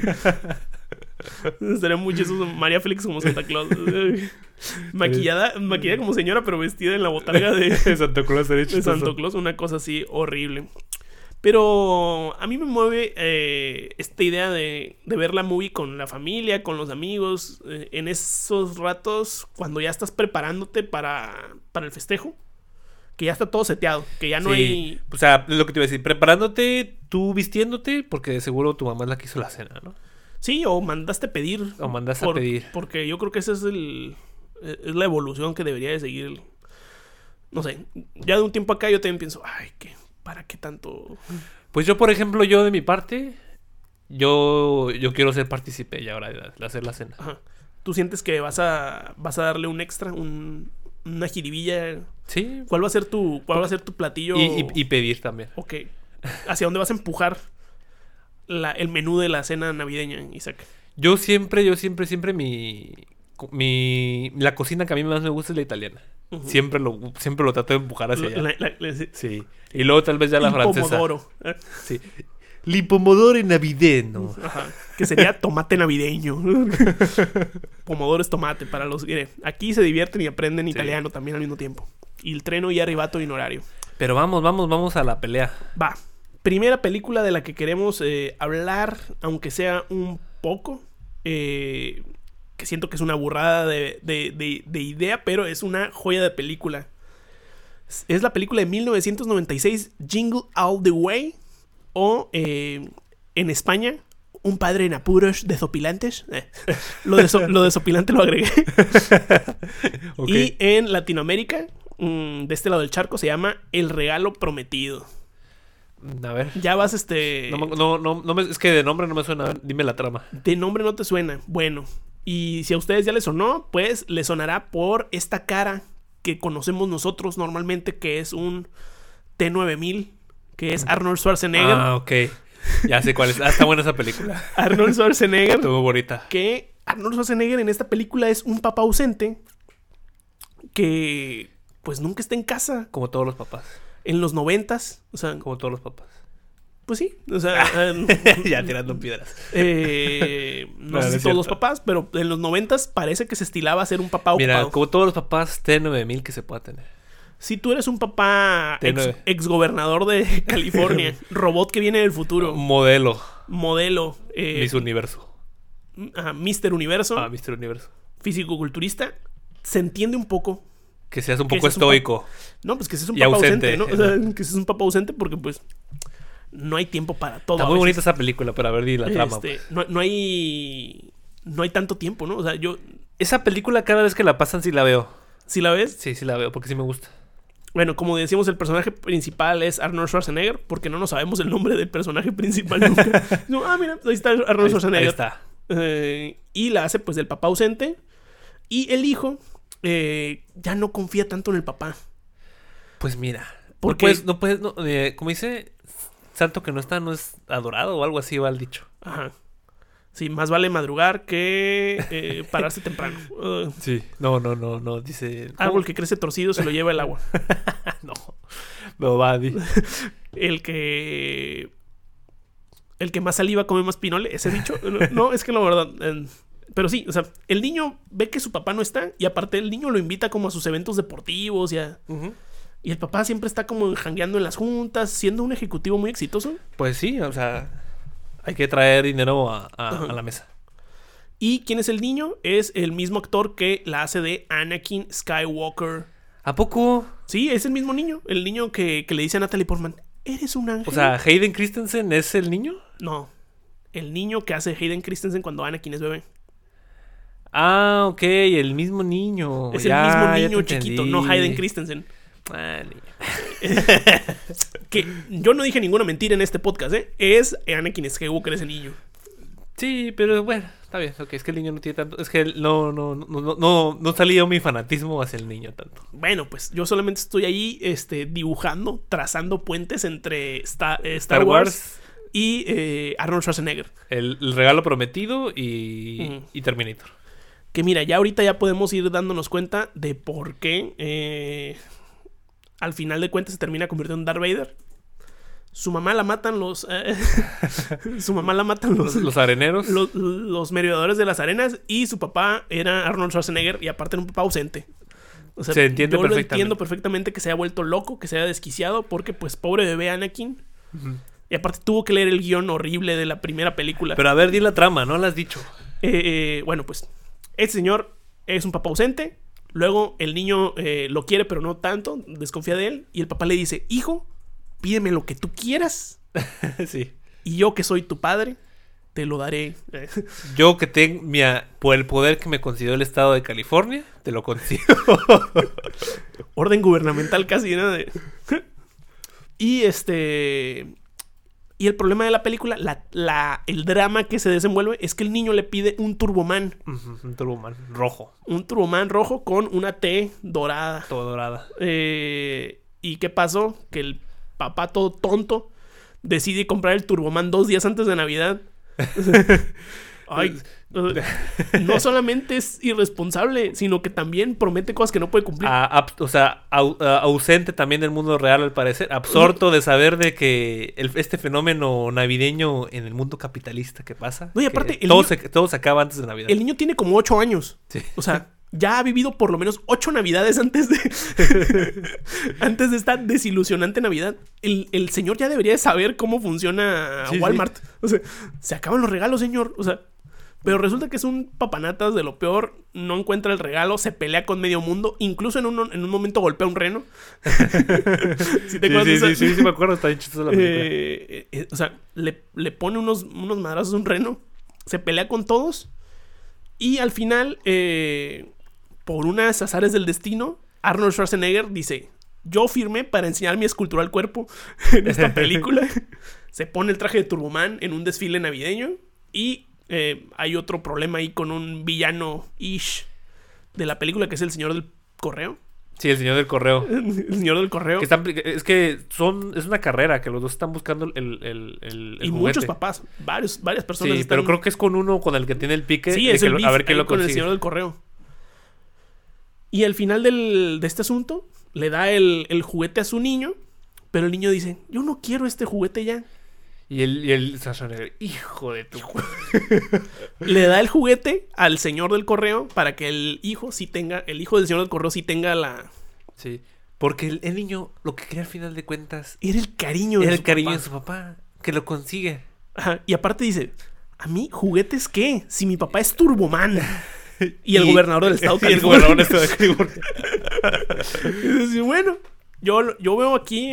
Estaría muy chistoso María Félix como Santa Claus. Maquillada como señora, pero vestida en la botarga de Santa Claus era de Santa Claus, una cosa así horrible. Pero a mí me mueve esta idea de ver la movie con la familia, con los amigos, en esos ratos cuando ya estás preparándote para el festejo, que ya está todo seteado, que ya no hay... O sea, lo que te iba a decir, preparándote, tú vistiéndote, porque de seguro tu mamá es la que hizo la cena, ¿no? Sí, o mandaste pedir. O mandaste a pedir. Porque yo creo que esa es la evolución que debería de seguir. No sé, ya de un tiempo acá yo también pienso, ay, ¿para qué tanto? Pues yo, por ejemplo, yo de mi parte, yo quiero ser partícipe ya ahora de hacer la cena. Ajá. ¿Tú sientes que vas a darle un extra, una jiribilla? Sí. ¿Cuál va a ser tu platillo? Y pedir también. Ok. ¿Hacia dónde vas a empujar el menú de la cena navideña, Isaac? Yo siempre La cocina que a mí más me gusta es la italiana. Ujú. Siempre lo trato de empujar hacia allá. Sí. Sí. Y luego tal vez ya la Y francesa. pomodoro. Sí. Il pomodoro navideño. Ajá. Que sería tomate navideño. Pomodoro es tomate para los... Mire, aquí se divierten y aprenden Sí. italiano también al mismo tiempo. Il treno y arrivato in horario. Pero vamos a la pelea. Va. Primera película de la que queremos hablar, aunque sea un poco. Que siento que es una burrada de idea, pero es una joya de película. Es la película de 1996, Jingle All the Way. O en España, Un padre en apuros desopilantes. Lo desopilante lo agregué. Ok. Y en Latinoamérica, de este lado del charco, se llama El regalo prometido. A ver. Ya vas, Es que de nombre no me suena. Dime la trama. De nombre no te suena. Bueno, y si a ustedes ya les sonó, pues les sonará por esta cara que conocemos nosotros normalmente, que es un T-9000, que es Arnold Schwarzenegger. Ah, ok. Ya sé cuál es. Está buena esa película. Arnold Schwarzenegger. Estuvo bonita. Que Arnold Schwarzenegger en esta película es un papá ausente que pues nunca está en casa. Como todos los papás. En los 90s, o sea, Como todos los papás. pues sí, o sea, Ya tirando piedras. no sé si es todos los cierto. papás, pero en los 90s parece que se estilaba ser un papá Mira, ocupado. como todos los papás, T9000 que se pueda tener. Si tú eres un papá T9. ex gobernador de California, robot que viene del futuro, Modelo. modelo, Miss Universo. Mr. Universo, Mr. Universo. fisicoculturista, se entiende un poco. Que seas un Que poco seas un estoico. No, pues que seas un Y papá ausente. ausente, ¿no? O sea, que seas un papá ausente porque pues no hay tiempo para todo. Está a muy bonita veces. esa película, pero a ver, di la trama. No hay tanto tiempo, ¿no? O sea, yo, Esa película cada vez que la pasan sí la veo. si la ves, Sí la veo, porque sí me gusta. bueno, como decíamos, el personaje principal es Arnold Schwarzenegger, porque no nos sabemos el nombre del personaje principal nunca. No, mira, ahí está Arnold Schwarzenegger. Ahí está. Y la hace pues del papá ausente. Y el hijo ya no confía tanto en el papá. Pues mira. Porque- como dice, santo que no está, no es adorado o algo así va el dicho. Ajá. Sí, más vale madrugar que pararse temprano. Sí. No, dice... Árbol que crece torcido se lo lleva el agua. No. No va, di. El que más saliva come más pinole. ¿Ese dicho? No, es que la verdad... pero sí, o sea, el niño ve que su papá no está y aparte el niño lo invita como a sus eventos deportivos y el papá siempre está como jangueando en las juntas, siendo un ejecutivo muy exitoso. Pues sí, o sea... Hay que traer dinero a la mesa. ¿Y quién es el niño? Es el mismo actor que la hace de Anakin Skywalker. ¿A poco? Sí, es el mismo niño. El niño que le dice a Natalie Portman, ¿eres un ángel? O sea, ¿Hayden Christensen es el niño? No, el niño que hace Hayden Christensen cuando Anakin es bebé. Ah, ok, el mismo niño. Es Ya, el mismo ya niño te chiquito, entendí. no Hayden Christensen. Ah, niño. Que yo no dije ninguna mentira en este podcast, ¿eh? Es Anakin Skywalker ese niño. Sí, pero bueno, está bien. Ok, es que el niño no tiene tanto... Es que no salía mi fanatismo hacia el niño tanto. Bueno, pues yo solamente estoy ahí dibujando, trazando puentes entre Star Wars y Arnold Schwarzenegger. El regalo prometido y Terminator. Que mira, ya ahorita ya podemos ir dándonos cuenta de por qué al final de cuentas se termina convirtiendo en Darth Vader. Su mamá la matan los... su mamá la matan Los areneros. los merodeadores de las arenas y su papá era Arnold Schwarzenegger y aparte era un papá ausente. O sea, Se entiende yo lo perfectamente. entiendo perfectamente que se haya vuelto loco, que se haya desquiciado porque pues pobre bebé Anakin. Y aparte tuvo que leer el guión horrible de la primera película. Pero a ver, di la trama, ¿no la has dicho? Bueno, pues este señor es un papá ausente. Luego el niño lo quiere, pero no tanto. Desconfía de él. Y el papá le dice, hijo, pídeme lo que tú quieras. Sí. Y yo que soy tu padre, te lo daré. Yo que tengo por el poder que me concedió el estado de California, te lo concedo. Orden gubernamental casi, ¿no? Y y el problema de la película, el drama que se desenvuelve es que el niño le pide un Turboman. Un Turboman rojo. Un Turboman rojo con una T dorada. Todo dorada. ¿Y qué pasó? Que el papá todo tonto decide comprar el Turboman 2 días antes de Navidad. Ay, no solamente es irresponsable, sino que también promete cosas que no puede cumplir. Ausente también del mundo real al parecer. Absorto de saber de que este fenómeno navideño en el mundo capitalista que pasa. No, y aparte, todo se acaba antes de Navidad. El niño tiene como 8 años. Sí. O sea, ya ha vivido por lo menos 8 navidades antes de antes de esta desilusionante Navidad. El señor ya debería de saber cómo funciona Walmart. O sea, se acaban los regalos, señor. O sea, pero resulta que es un papanatas de lo peor. No encuentra el regalo, se pelea con medio mundo. Incluso en un momento golpea un reno. ¿Sí te acuerdas? Sí, me acuerdo. Está bien chistosa la película. O sea, le pone unos madrazos a un reno. Se pelea con todos. Y al final, por unas azares del destino, Arnold Schwarzenegger dice: yo firmé para enseñar mi escultura al cuerpo en esta película. Se pone el traje de Turboman en un desfile navideño. Y hay otro problema ahí con un villano-ish de la película, que es el señor del correo. Sí, el señor del correo. El señor del correo. Es una carrera que los dos están buscando el y juguete. Muchos papás, varias personas. Sí, pero creo que es con uno con el que tiene el pique. Sí, es el a ver qué lo con consigue. el señor del correo. Y al final de este asunto, le da el juguete a su niño, pero el niño dice: yo no quiero este juguete ya. Y el Schwarzenegger, hijo de tu... Le da el juguete al señor del correo para que el hijo del señor del correo sí tenga la... Sí, porque el niño lo que quería al final de cuentas... Era el cariño de su papá, que lo consigue. Ajá, y aparte dice: ¿a mí juguetes qué? Si mi papá es Turboman. Y el gobernador del estado de California. El gobernador del estado de California. Y dice: bueno, yo veo aquí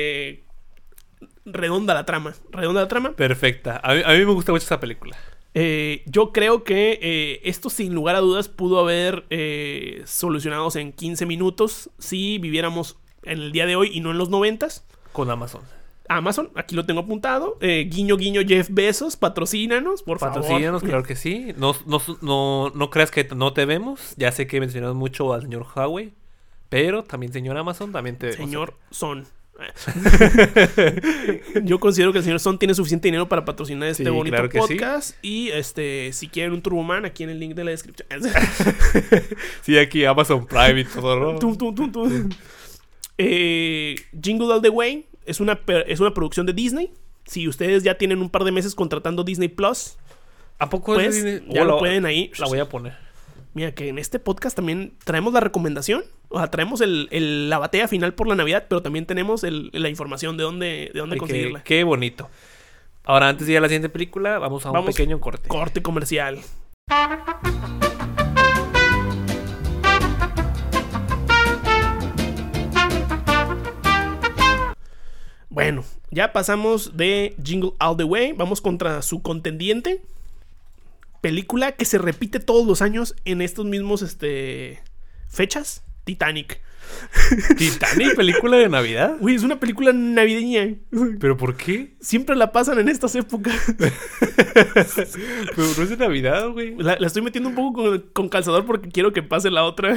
redonda la trama. Perfecta. A mí me gusta mucho esa película. Yo creo que esto sin lugar a dudas pudo haber solucionados en 15 minutos si viviéramos en el día de hoy y no en los 90s. Con Amazon. Amazon, aquí lo tengo apuntado. Guiño, guiño, Jeff Bezos, patrocínanos, por favor. Patrocínanos, claro que sí. No creas que no te vemos. Ya sé que mencionamos mucho al señor Huawei, pero también señor Amazon, también te vemos. Señor Son. Yo considero que el señor Son tiene suficiente dinero para patrocinar este bonito podcast. Sí. Y si quieren un Turboman, aquí en el link de la descripción. Sí, aquí Amazon Prime y todo, ¿no? Jingle All the Way es una producción de Disney. Si ustedes ya tienen un par de meses contratando Disney Plus, ¿a poco pues ya lo pueden ahí? La voy a poner. Mira, que en este podcast también traemos la recomendación. O sea, traemos la batalla final por la Navidad, pero también tenemos la información de dónde conseguirla. Qué bonito. Ahora, antes de ir a la siguiente película, vamos a un pequeño corte. Corte comercial. Bueno, ya pasamos de Jingle All the Way. Vamos contra su contendiente. Película que se repite todos los años en estos mismos fechas. Titanic. ¿Titanic? ¿Película de Navidad? Uy, es una película navideña. ¿Pero por qué? Siempre la pasan en estas épocas. Pero no es de Navidad, güey. La estoy metiendo un poco con calzador porque quiero que pase la otra.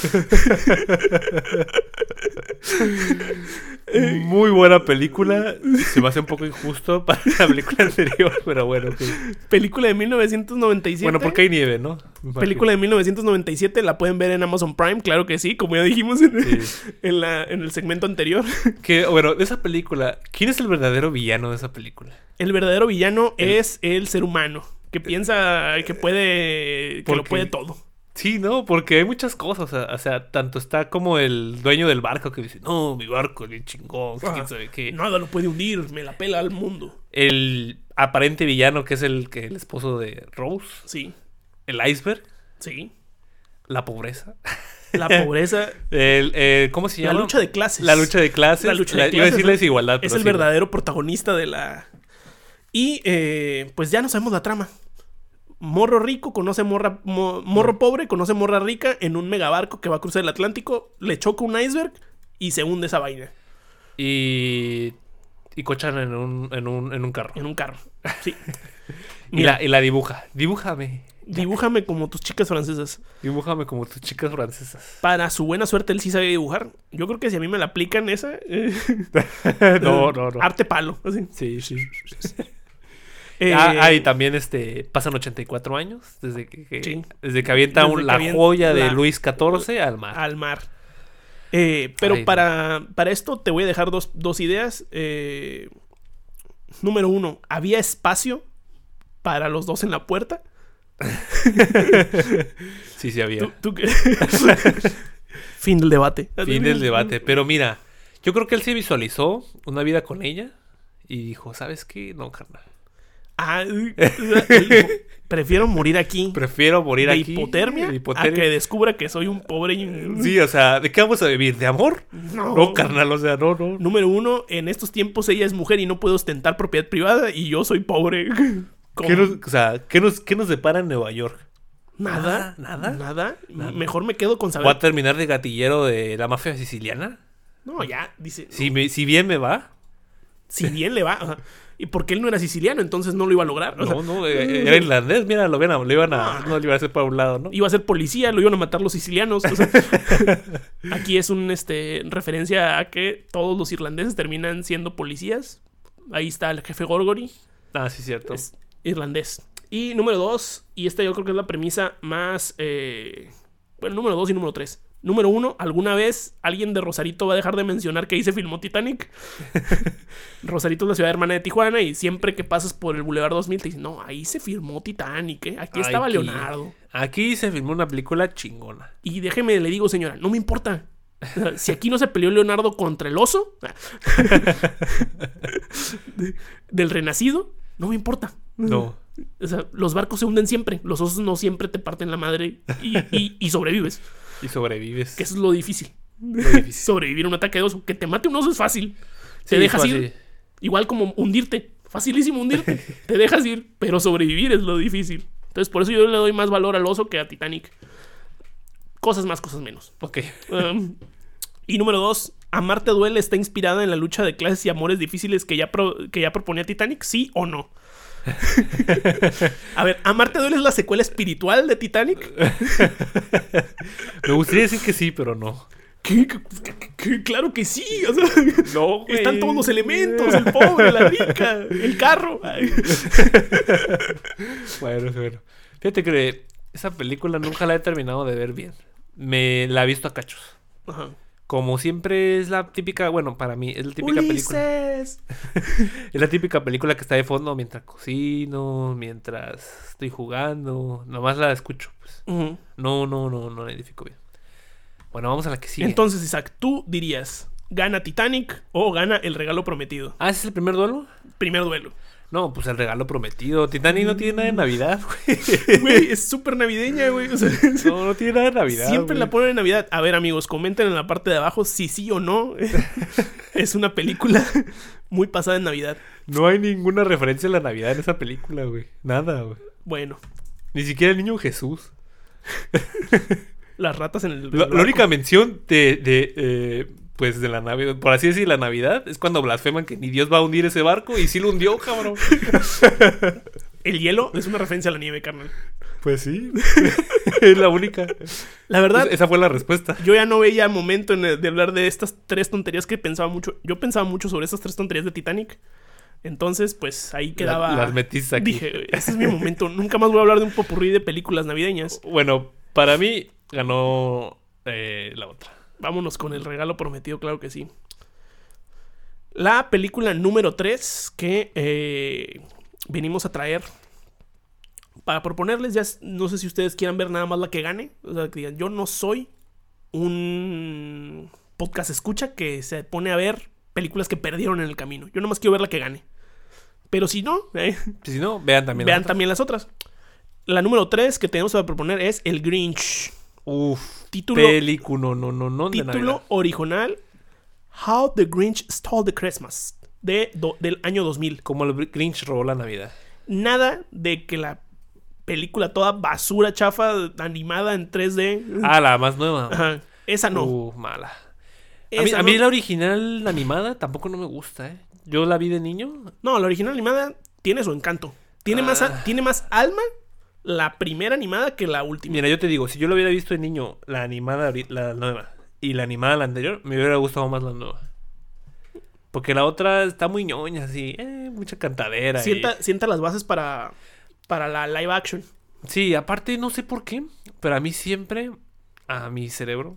Muy buena película. Se me hace un poco injusto para la película anterior, pero bueno. Okay. Película de 1997. Bueno, porque hay nieve, ¿no? Película de 1997. La pueden ver en Amazon Prime, claro que sí, como ya dijimos en el segmento anterior. Que, bueno, de esa película, ¿quién es el verdadero villano de esa película? El verdadero villano es el ser humano, que piensa que lo puede todo. Sí, ¿no? Porque hay muchas cosas. O sea, tanto está como el dueño del barco que dice: no, mi barco es bien chingón. ¿Quién sabe qué? Nada lo puede hundir, me la pela al mundo. El aparente villano que es el esposo de Rose. Sí. El iceberg. Sí. La pobreza. La pobreza. ¿Cómo se llama? La lucha de clases. La lucha de clases. Iba a decir la desigualdad. Es el verdadero protagonista de la... Y pues ya no sabemos la trama. Morro rico conoce morro pobre conoce morra rica en un megabarco que va a cruzar el Atlántico. Le choca un iceberg y se hunde esa vaina. Y cochan en un carro. En un carro, sí. y la dibuja. Dibújame como tus chicas francesas. Dibújame como tus chicas francesas. Para su buena suerte, él sí sabe dibujar. Yo creo que si a mí me la aplican esa... No. Arte palo. Así. Sí. Y también pasan 84 años desde que Sí. desde que avienta Desde que la avienta joya de la- Luis XIV al mar. Al mar. Pero Ay, para esto te voy a dejar dos ideas. Número 1, ¿había espacio para los dos en la puerta? Sí, sí había. ¿Tú qué? Fin del debate. Fin del debate. Pero mira, yo creo que él sí visualizó una vida con ella y dijo, ¿sabes qué? No, carnal. Ah, él dijo, prefiero morir aquí Prefiero morir de aquí. hipotermia, de a hipotermia. que descubra que soy un pobre. Sí, o sea, ¿de qué vamos a vivir? ¿De amor? No. No, carnal, o sea, no. Número 1, en estos tiempos ella es mujer y no puede ostentar propiedad privada y yo soy pobre. ¿Cómo? ¿Qué nos depara en Nueva York? ¿Nada? ¿Nada? ¿Nada? Mejor me quedo con ¿Voy a saber. terminar de gatillero de la mafia siciliana? No, ya, dice. Si bien me va. Si bien le va. Ajá. Y porque él no era siciliano, entonces no lo iba a lograr. O sea, Era irlandés, mira, no le iban a hacer para un lado, ¿no? iba a ser policía, lo iban a matar los sicilianos. O sea, aquí es un referencia a que todos los irlandeses terminan siendo policías. Ahí está el jefe Gorgory. Ah, sí, cierto. Es irlandés. Y número 2, y esta yo creo que es la premisa más... bueno, número 2 y número 3. Número 1, ¿alguna vez alguien de Rosarito va a dejar de mencionar que ahí se filmó Titanic? Rosarito es la ciudad hermana de Tijuana y siempre que pasas por el Boulevard 2000 te dicen, no, ahí se filmó Titanic, ¿eh? Aquí estaba Leonardo. Aquí se filmó una película chingona. Y déjeme, le digo, señora, no me importa. Si aquí no se peleó Leonardo contra el oso del Renacido, no me importa. No. O sea, los barcos se hunden siempre. Los osos no siempre te parten la madre y sobrevives. Y sobrevives. Que eso es lo difícil. Lo difícil. Sobrevivir a un ataque de oso. Que te mate un oso es fácil. Te Sí, dejas fácil. ir. Igual como hundirte. Facilísimo hundirte. Te dejas ir. Pero sobrevivir es lo difícil. Entonces por eso yo le doy más valor al oso que a Titanic. Cosas más, cosas menos. Ok. Y número 2, ¿Amarte duele está inspirada en la lucha de clases y amores difíciles que ya proponía Titanic? ¿Sí o no? A ver, ¿Amarte duele es la secuela espiritual de Titanic? Me gustaría decir que sí, pero no. Claro que sí. O sea, No, güey. están todos los elementos: el pobre, la rica, el carro. Ay. Bueno. Fíjate que esa película nunca la he terminado de ver bien. Me la he visto a cachos. Ajá. Como siempre es la típica, bueno, para mí es la típica película. Ulises. Es la típica película que está de fondo mientras cocino, mientras estoy jugando. Nomás la escucho, pues. Ujú. No la identifico bien. Bueno, vamos a la que sigue. Entonces, Isaac, ¿tú dirías gana Titanic o gana El regalo prometido? ¿Ese es el primer duelo? Primer duelo. No, pues El regalo prometido. Titanic no tiene nada de Navidad, güey. Güey, es súper navideña, güey. O sea, No tiene nada de Navidad. siempre güey. la ponen en Navidad. A ver, amigos, comenten en la parte de abajo si sí o no. Es una película muy pasada en Navidad. No hay ninguna referencia a la Navidad en esa película, güey. Nada, güey. Bueno, Ni siquiera el niño Jesús. las ratas en el... La única mención pues de la Navidad, por así decir, la Navidad, es cuando blasfeman que ni Dios va a hundir ese barco y sí lo hundió, cabrón. El hielo es una referencia a la nieve, carnal. Pues sí. Es la única. La verdad, Esa fue la respuesta. yo ya no veía momento de hablar de estas 3 tonterías que pensaba mucho. Yo pensaba mucho sobre estas 3 tonterías de Titanic. Entonces, pues ahí quedaba... Las metiste aquí. Dije, este es mi momento. Nunca más voy a hablar de un popurrí de películas navideñas. Bueno, para mí ganó la otra. Vámonos con El regalo prometido, claro que sí. La película número 3 que venimos a traer para proponerles, ya no sé si ustedes quieran ver nada más la que gane. O sea, que digan, yo no soy un podcast escucha que se pone a ver películas que perdieron en el camino. Yo nomás quiero ver la que gane. Pero si no, Si no, vean también. vean también las otras. La número 3 que tenemos para proponer es El Grinch. Uf. Título, Película, no. de título Navidad. original: How the Grinch Stole the Christmas, del año 2000. Como el Grinch robó la Navidad. Nada de que la película toda basura, chafa, animada en 3D. Ah, la más nueva. Ajá. Esa no. Mala. Esa A mí no. la original animada tampoco no me gusta, ¿eh? Yo la vi de niño. No, la original animada tiene su encanto. Tiene más alma la primera animada que la última. Mira, yo te digo, si yo lo hubiera visto de niño, la animada, la nueva, y la animada la anterior, me hubiera gustado más la nueva. Porque la otra está muy ñoña, así, mucha cantadera. Sienta las bases para la live action. Sí, aparte no sé por qué, pero a mí siempre, a mi cerebro,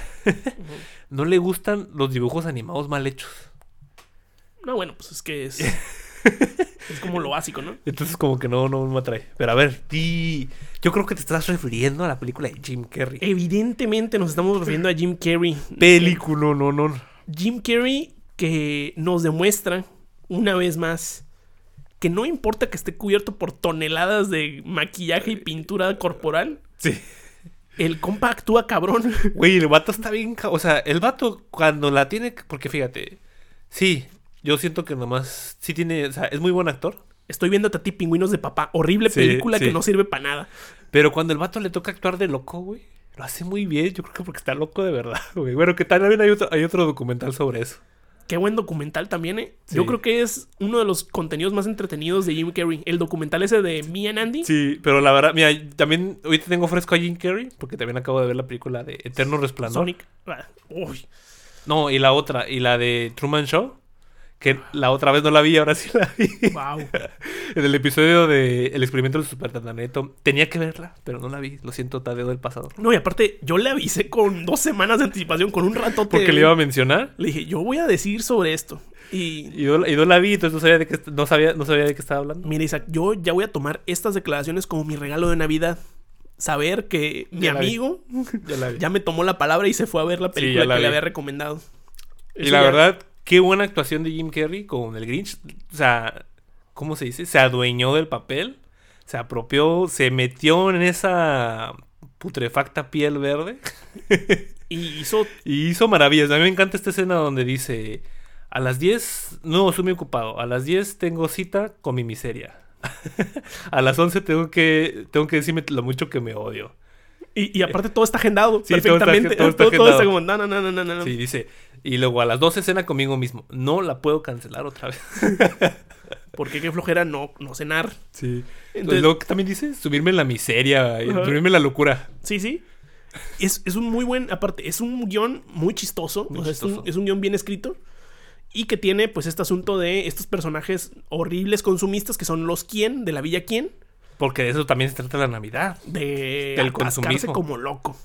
no le gustan los dibujos animados mal hechos. No, bueno, pues es que es como lo básico, ¿no? Entonces como que no me atrae. Pero a ver, yo creo que te estás refiriendo a la película de Jim Carrey. Evidentemente nos estamos refiriendo a Jim Carrey. Película, no. Jim Carrey que nos demuestra una vez más que no importa que esté cubierto por toneladas de maquillaje y pintura corporal. Sí. El compa actúa cabrón. Güey, el vato está bien... O sea, el vato cuando la tiene... Porque fíjate, sí, yo siento que nomás sí tiene... O sea, es muy buen actor. Estoy viendo a ti, Pingüinos de Papá. Horrible película que no sirve para nada. Pero cuando el vato le toca actuar de loco, güey, lo hace muy bien. Yo creo que porque está loco de verdad, güey. Bueno, que también hay otro documental sobre eso. Qué buen documental también, ¿eh? Sí. Yo creo que es uno de los contenidos más entretenidos de Jim Carrey. El documental ese de Me and Andy. Sí, pero la verdad, mira, también ahorita tengo fresco a Jim Carrey, porque también acabo de ver la película de Eterno Resplandor. Sonic. Uy. No, y la otra, y la de Truman Show, que la otra vez no la vi, ahora sí la vi. Wow. En el episodio de El experimento del supertananeto. Tenía que verla, pero no la vi. Lo siento, Tadeo del pasado. No, y aparte, yo le avisé con 2 semanas de anticipación, con un ratote. Porque le iba a mencionar. Le dije, yo voy a decir sobre esto. Y yo no la vi, entonces no sabía de qué estaba hablando. mira, Isaac, yo ya voy a tomar estas declaraciones como mi regalo de Navidad. Saber que mi amigo ya me tomó la palabra y se fue a ver la película que le había recomendado. Y la verdad, qué buena actuación de Jim Carrey con el Grinch. O sea, ¿cómo se dice? Se adueñó del papel, se apropió, se metió en esa putrefacta piel verde. Y hizo maravillas. A mí me encanta esta escena donde dice... A las 10, no, estoy muy ocupado. A las 10 tengo cita con mi miseria. A las 11 tengo que decirme lo mucho que me odio. Y aparte todo está agendado sí, perfectamente. Todo está como no. Sí, dice. Y luego a las 12 cena conmigo mismo. No la puedo cancelar otra vez. Porque qué flojera no cenar. Sí. Entonces, luego también dice subirme en la miseria, subirme en la locura. Sí. Es un muy buen... Aparte, es un guión muy chistoso. Es un guión bien escrito. Y que tiene pues este asunto de estos personajes horribles consumistas que son los quién, de la villa quién. Porque de eso también se trata la Navidad. Del consumismo como loco.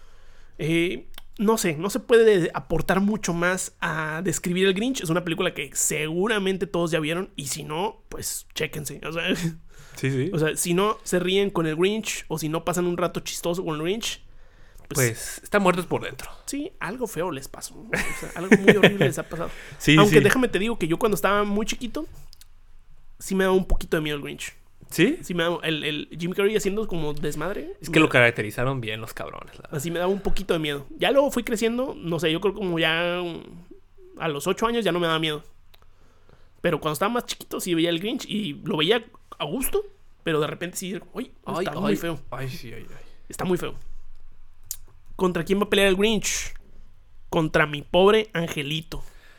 No sé, no se puede aportar mucho más a describir el Grinch. Es una película que seguramente todos ya vieron. Y si no, pues chéquense. O sea, sí. O sea, si no se ríen con el Grinch o si no pasan un rato chistoso con el Grinch, pues están muertos por dentro. Sí, algo feo les pasó. O sea, algo muy horrible les ha pasado. Sí, aunque sí. Déjame te digo que yo cuando estaba muy chiquito, sí me daba un poquito de miedo el Grinch. ¿Sí? Sí me daba el Jim Carrey haciendo como desmadre. Es que lo caracterizaron bien los cabrones. Así me daba un poquito de miedo. Ya luego fui creciendo, no sé, yo creo como ya a los 8 años ya no me daba miedo. Pero cuando estaba más chiquito sí veía el Grinch y lo veía a gusto, pero de repente sí, está muy feo. Sí. Está muy feo. ¿Contra quién va a pelear el Grinch? Contra mi pobre angelito.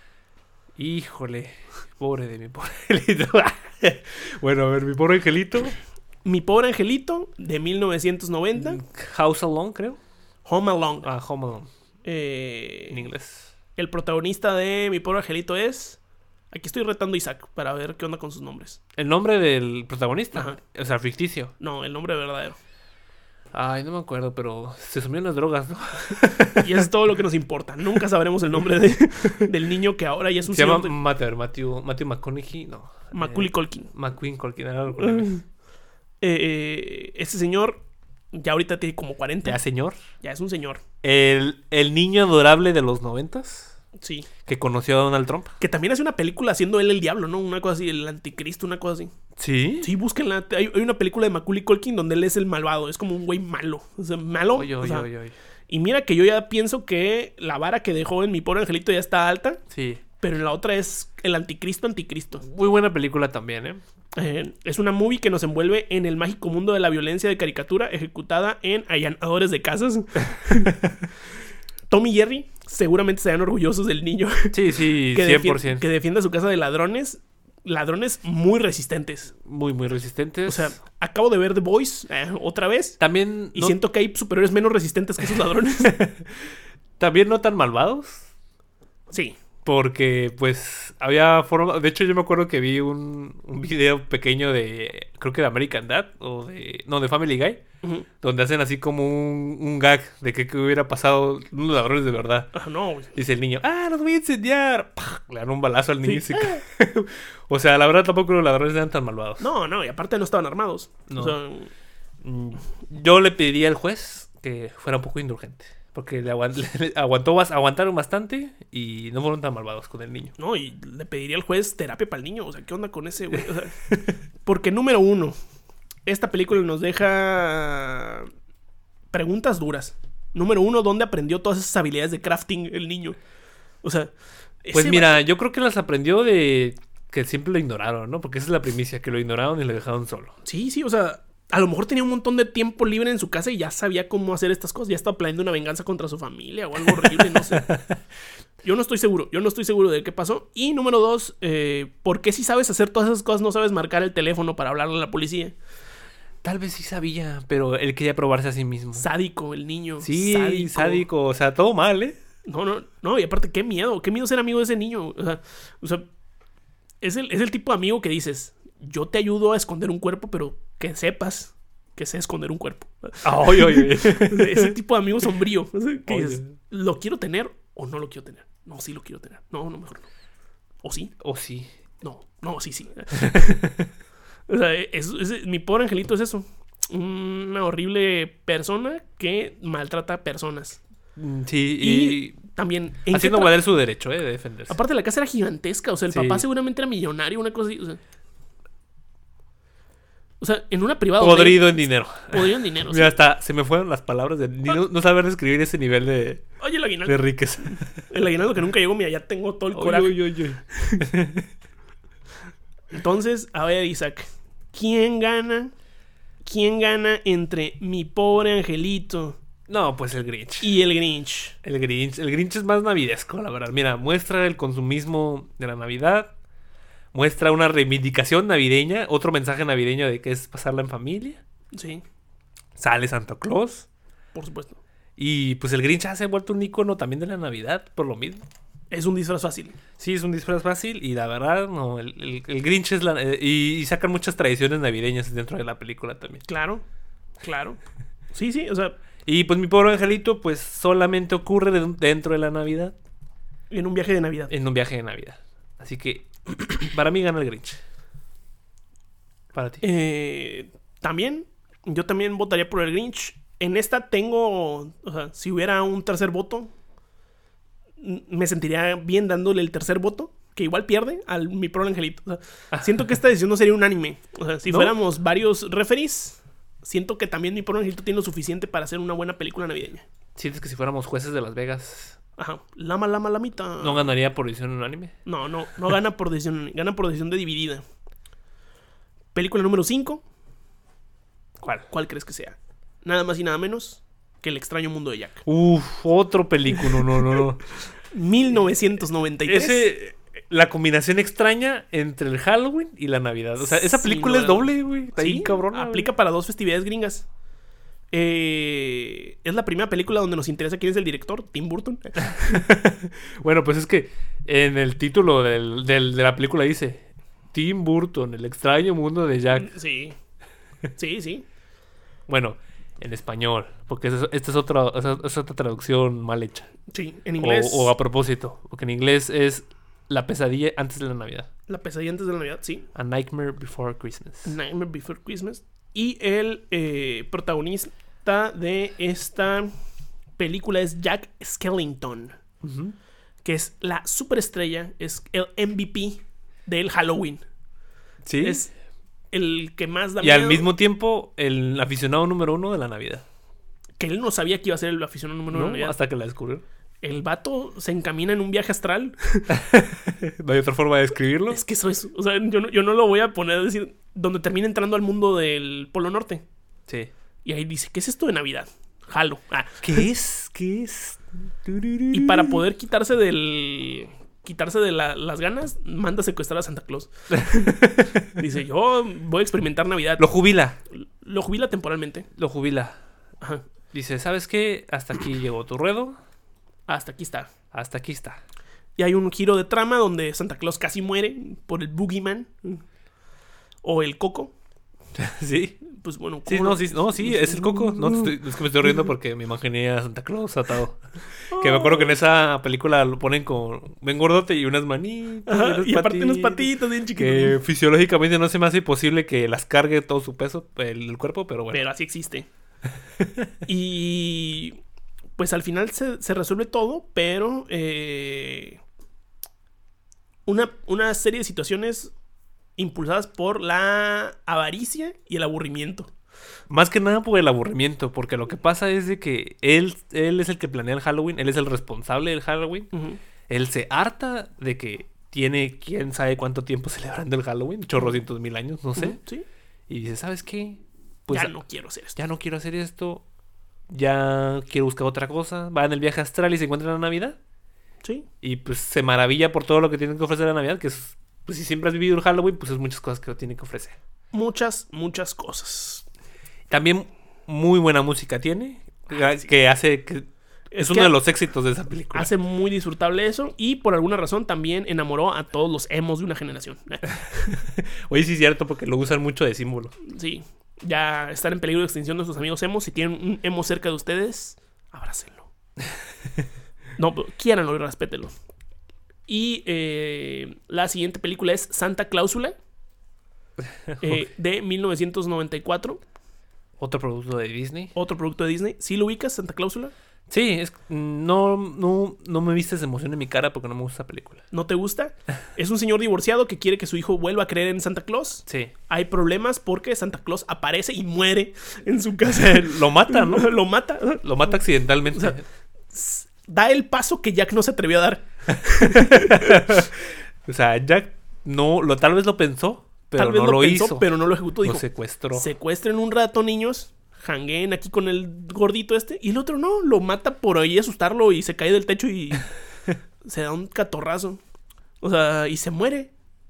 Híjole, pobre de mi pobre angelito. Bueno, a ver, mi pobre angelito. Mi pobre angelito de 1990. House Alone, creo. Home Alone. Home Alone. En inglés. El protagonista de mi pobre angelito es... Aquí estoy retando a Isaac para ver qué onda con sus nombres. ¿El nombre del protagonista? Ajá. O sea, ficticio. No, el nombre verdadero. Ay, no me acuerdo, pero se sumió en las drogas, ¿no? Y eso es todo lo que nos importa. Nunca sabremos el nombre del niño que ahora ya es un se señor. Se llama Matthew McConaughey, no. Macaulay Culkin. McQueen Culkin. Este señor ya ahorita tiene como 40. ¿Ya señor? Ya es un señor. El niño adorable de los 90s. Sí. Que conoció a Donald Trump. Que también hace una película haciendo él el diablo, ¿no? Una cosa así, el anticristo, una cosa así. ¿Sí? Sí, búsquenla. Hay una película de Macaulay Culkin donde él es el malvado. Es como un güey malo. O sea, malo. Oye. Y mira que yo ya pienso que la vara que dejó en mi pobre angelito ya está alta. Sí. Pero en la otra es el anticristo. Muy buena película también, es una movie que nos envuelve en el mágico mundo de la violencia de caricatura ejecutada en allanadores de casas. Tom y Jerry seguramente serán orgullosos del niño. Sí, 100%. Que defienda su casa de ladrones. Ladrones muy resistentes. Muy resistentes. O sea, acabo de ver The Boys otra vez. También... Y siento que hay superiores menos resistentes que esos ladrones. ¿También no tan malvados? Sí. Porque, pues, había forma... De hecho, yo me acuerdo que vi un video pequeño de... Creo que de American Dad, o de... No, de Family Guy. Ujú. Donde hacen así como un gag de que hubiera pasado unos ladrones de verdad. No, güey. Dice el niño, los voy a incendiar. ¡Pah! Le dan un balazo al niño y Sí. se cae. O sea, la verdad tampoco los ladrones eran tan malvados. No, y aparte no estaban armados. No. O sea, Yo le pediría al juez que fuera un poco indulgente. Porque le aguantaron bastante y no fueron tan malvados con el niño. no, y le pediría al juez terapia para el niño. O sea, ¿qué onda con ese, güey? O sea, porque número uno, esta película nos deja preguntas duras. Número uno, ¿dónde aprendió todas esas habilidades de crafting el niño? O sea, Pues ese mira, yo creo que las aprendió de que siempre lo ignoraron, ¿no? Porque esa es la primicia, que lo ignoraron y lo dejaron solo. Sí, o sea, a lo mejor tenía un montón de tiempo libre en su casa y ya sabía cómo hacer estas cosas. Ya estaba planeando una venganza contra su familia o algo horrible, no sé. Yo no estoy seguro de qué pasó. Y número dos, ¿por qué si sabes hacer todas esas cosas no sabes marcar el teléfono para hablarle a la policía? Tal vez sí sabía, pero él quería probarse a sí mismo. Sádico el niño. Sí, sádico. O sea, todo mal, ¿eh? No, y aparte, qué miedo ser amigo de ese niño. O sea es el tipo de amigo que dices, yo te ayudo a esconder un cuerpo, pero que sepas que sé esconder un cuerpo. Oye. Ese tipo de amigo sombrío. O sea, que Oye. dices, ¿lo quiero tener o no lo quiero tener? No, sí lo quiero tener. No, mejor no. ¿O sí? O sí. No, sí. O sea, mi pobre angelito es eso. Una horrible persona que maltrata a personas. Sí, Y también... haciendo valer su derecho, de defenderse. Aparte, la casa era gigantesca. O sea, el Sí. papá seguramente era millonario, una cosa así. O sea, en una privada... Podrido en dinero. Podrido en dinero. Mira, Sí. hasta se me fueron las palabras de no saber describir ese nivel de Oye, el aguinaldo. riqueza. El aguinaldo que nunca llegó, mira, ya tengo todo el coraje. Oye. Entonces, a ver, Isaac, ¿quién gana? ¿Quién gana entre mi pobre angelito No, pues el Grinch. y el Grinch? El Grinch es más navidesco, la verdad. Mira, muestra el consumismo de la Navidad. Muestra una reivindicación navideña. Otro mensaje navideño de que es pasarla en familia. Sí, Sale Santa Claus. por supuesto. Y pues el Grinch se ha vuelto un icono también de la Navidad, por lo mismo. Es un disfraz fácil. Sí, es un disfraz fácil. Y la verdad, no. El Grinch es la... y sacan muchas tradiciones navideñas dentro de la película también. Claro. Sí, o sea, Y pues mi pobre angelito, pues solamente ocurre dentro de la Navidad. en un viaje de Navidad. En un viaje de Navidad. Así que para mí gana el Grinch. Para ti. Yo también votaría por el Grinch. En esta tengo, o sea, si hubiera un tercer voto, me sentiría bien dándole el tercer voto, que igual pierde al mi pobre angelito. O sea, siento que esta decisión no sería unánime. O sea, si ¿No? fuéramos varios referees, siento que también mi pobre angelito tiene lo suficiente para hacer una buena película navideña. ¿Sientes que si fuéramos jueces de Las Vegas Ajá. Lamita. no ganaría por decisión unánime? No gana por decisión, gana por decisión de dividida. Película número 5. ¿Cuál crees que sea? Nada más y nada menos que El extraño mundo de Jack. Otro película. No. 1993. La combinación extraña entre el Halloween y la Navidad. O sea, esa película Sin es duda. doble, güey. Está bien cabrona. Aplica para 2 festividades gringas. Es la primera película donde nos interesa quién es el director, Tim Burton. Bueno, pues es que en el título de la película dice Tim Burton, el extraño mundo de Jack. Sí. Bueno, en español, porque esta es otra traducción mal hecha. Sí, en inglés. O a propósito, porque en inglés es La pesadilla antes de la Navidad. La pesadilla antes de la Navidad, sí. A Nightmare Before Christmas. Nightmare Before Christmas. Y el protagonista de esta película es Jack Skellington, Ujú. que es la superestrella, es el MVP del Halloween. Sí. Es el que más da Y al miedo, mismo tiempo, el aficionado número 1 de la Navidad. que él no sabía que iba a ser el aficionado número uno ¿No? de Navidad. Hasta que la descubrió. El vato se encamina en un viaje astral. No hay otra forma de describirlo. Es que eso es, o sea, yo no lo voy a poner a decir, donde termina entrando al mundo del Polo Norte. Sí. Y ahí dice, ¿qué es esto de Navidad? Halo. ¿Qué es? Y para poder quitarse de las ganas, manda a secuestrar a Santa Claus. Dice, yo voy a experimentar Navidad. Lo jubila. Lo jubila temporalmente. Lo jubila. Ajá. Dice, ¿sabes qué? Hasta aquí llegó tu ruedo. Hasta aquí está. Hasta aquí está. Y hay un giro de trama donde Santa Claus casi muere por el Boogeyman. O el Coco. Sí. Pues bueno, Sí, sí, es el Coco. Es que me estoy riendo porque me imaginé a Santa Claus atado. Que me acuerdo que en esa película lo ponen con ben gordote y unas manitas. Ajá, y aparte unas patitas bien chiquitas. Que fisiológicamente no se me hace posible que las cargue todo su peso, el cuerpo, pero bueno. Pero así existe. Y pues al final se resuelve todo, pero una serie de situaciones impulsadas por la avaricia y el aburrimiento. Más que nada por el aburrimiento, porque lo que pasa es de que él es el que planea el Halloween, él es el responsable del Halloween. Uh-huh. Él se harta de que tiene quién sabe cuánto tiempo celebrando el Halloween, chorrocientos mil años, no sé. Uh-huh. ¿Sí? Y dice, ¿sabes qué? Pues ya no quiero hacer esto. Ya no quiero hacer esto, ya quiero buscar otra cosa. Va en el viaje astral y se encuentra en la Navidad. Sí. Y pues se maravilla por todo lo que tienen que ofrecer la Navidad, que es, pues si siempre has vivido el Halloween, pues es muchas cosas que lo tiene que ofrecer. Muchas cosas. También muy buena música tiene, que hace que es uno de los éxitos de esa película. Hace muy disfrutable eso y por alguna razón también enamoró a todos los emos de una generación. Oye, sí es cierto, porque lo usan mucho de símbolo. Sí, ya están en peligro de extinción nuestros amigos emos. Si tienen un emo cerca de ustedes, abrácenlo. No, quiéranlo y respétenlo. Y la siguiente película es Santa Cláusula, de 1994. Otro producto de Disney. Otro producto de Disney. ¿Sí lo ubicas, Santa Cláusula? Sí, no me vistes emoción en mi cara porque no me gusta la película. ¿No te gusta? Es un señor divorciado que quiere que su hijo vuelva a creer en Santa Claus. Sí. Hay problemas porque Santa Claus aparece y muere en su casa. Lo mata, ¿no? Lo mata. Lo mata accidentalmente. O sea, da el paso que Jack no se atrevió a dar. O sea, Jack tal vez lo pensó, pero tal vez no lo pensó, hizo. Pero no lo ejecutó. Lo Dijo, secuestró. Secuestren un rato, niños. Jangueen aquí con el gordito este. Y el otro no, lo mata por ahí asustarlo y se cae del techo y se da un catorrazo. O sea, y se muere.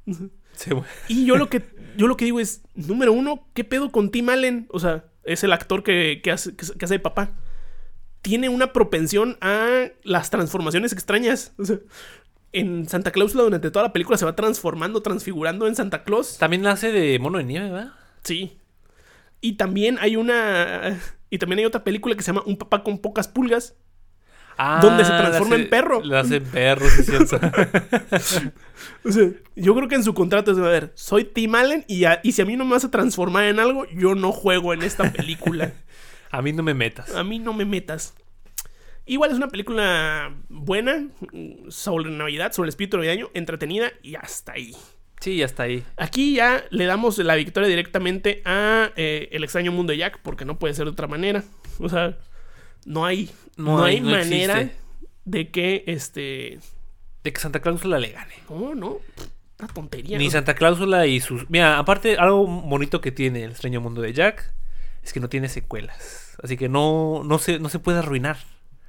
Y yo lo que digo es, número uno, ¿qué pedo con Tim Allen? O sea, es el actor que hace de papá. Tiene una propensión a las transformaciones extrañas. O sea, en Santa Cláusula durante toda la película se va transformando, transfigurando en Santa Claus. También la hace de mono de nieve, ¿verdad? Sí. Y también hay otra película que se llama Un papá con pocas pulgas. Donde se transforma en perro. La hace en perro, sí, es cierto. O sea, yo creo que en su contrato es, a ver, soy Tim Allen y si a mí no me vas a transformar en algo, yo no juego en esta película. A mí no me metas. A mí no me metas. Igual es una película buena, sobre Navidad, sobre el espíritu navideño, entretenida y hasta ahí. Sí, hasta ahí. Aquí ya le damos la victoria directamente a El extraño mundo de Jack, porque no puede ser de otra manera. O sea, no hay manera existe. de que de que Santa Cláusula le gane. ¿Cómo no? Una tontería. Ni Santa Cláusula y sus... Mira, aparte, algo bonito que tiene El extraño mundo de Jack es que no tiene secuelas. Así que no se puede arruinar.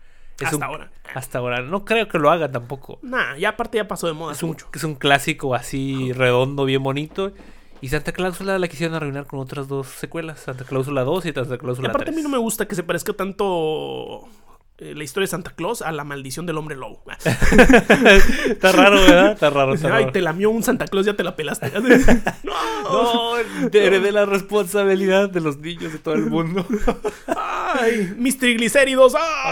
Hasta ahora. No creo que lo haga tampoco. Nah, ya aparte ya pasó de moda. Es un clásico así redondo, bien bonito. Y Santa Cláusula la quisieron arruinar con otras dos secuelas. Santa Cláusula 2 y Santa Cláusula 3. Aparte a mí no me gusta que se parezca tanto la historia de Santa Claus a la maldición del hombre lobo. Está raro, ¿verdad? Está raro. Ay, te lamió un Santa Claus, ya te la pelaste. No, heredé la responsabilidad de los niños de todo el mundo. Ay, mis triglicéridos.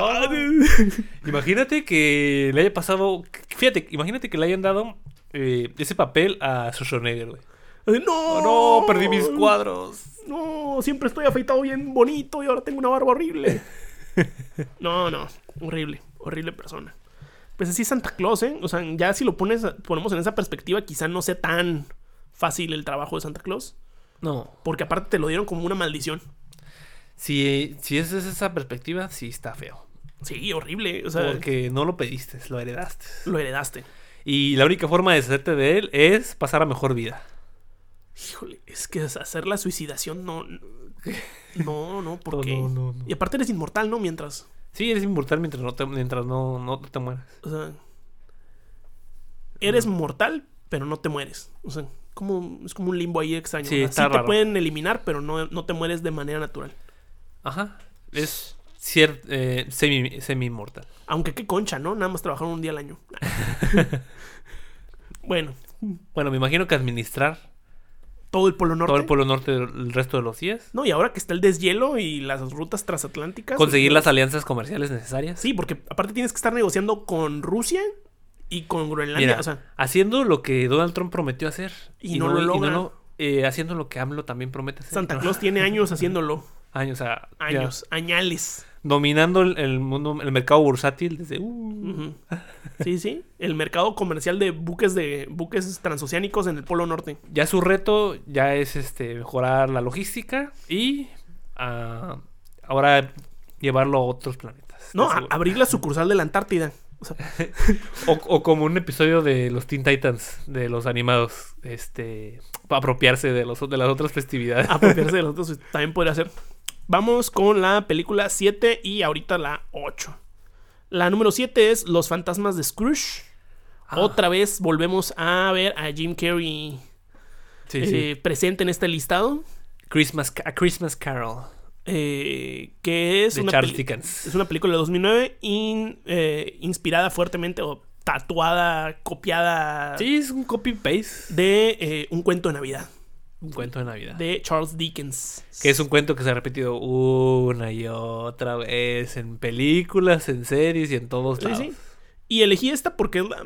Imagínate que le haya pasado... Fíjate, imagínate que le hayan dado ese papel a Schwarzenegger, güey. No, perdí mis cuadros. No, siempre estoy afeitado bien bonito y ahora tengo una barba horrible. No, horrible persona. Pues así es Santa Claus, ¿eh? O sea, ya si lo ponemos en esa perspectiva, quizá no sea tan fácil el trabajo de Santa Claus. No. Porque aparte te lo dieron como una maldición. Si es esa perspectiva, sí está feo. Sí, horrible. O sea, porque no lo pediste, lo heredaste. Lo heredaste. Y la única forma de deshacerte de él es pasar a mejor vida. Híjole, es que hacer la suicidación no, porque... No. Y aparte eres inmortal, ¿no? Mientras... Sí, eres inmortal mientras no te mueras. O sea, eres mortal, pero no te mueres. O sea, es como un limbo ahí extraño. Sí, o sea, está sí raro. Te pueden eliminar, pero no te mueres de manera natural. Ajá. semi-inmortal. Aunque qué concha, ¿no? Nada más trabajar un día al año. Bueno, Bueno, me imagino que administrar todo el Polo Norte. todo el Polo Norte el resto de los días. No, y ahora que está el deshielo y las rutas transatlánticas. Conseguir las alianzas comerciales necesarias. Sí, porque aparte tienes que estar negociando con Rusia y con Groenlandia. Mira, O sea, haciendo lo que Donald Trump prometió hacer. Y no lo logra. Haciendo lo que AMLO también promete hacer. Santa Claus tiene años haciéndolo. Años, o sea, Años, añales. dominando el mundo, el mercado bursátil desde... Ujú. Sí, sí. El mercado comercial de buques transoceánicos en el Polo Norte. Ya su reto ya es mejorar la logística y ahora llevarlo a otros planetas. No, de seguro. abrir la sucursal de la Antártida. O sea, O como un episodio de los Teen Titans, de los animados, apropiarse de las otras festividades. apropiarse de los otros también podría ser. Vamos con la película 7 y ahorita la 8. La número 7 es Los fantasmas de Scrooge. Otra vez volvemos a ver a Jim Carrey Sí. presente en este listado. A Christmas Carol Que es de una, Charles Dickens. es una película de 2009 inspirada fuertemente o tatuada, copiada Sí, es un copy-paste. de Un cuento de Navidad Un cuento de Navidad. de Charles Dickens. Que es un cuento que se ha repetido una y otra vez en películas, en series y en todos Sí, lados. sí. Y elegí esta porque es la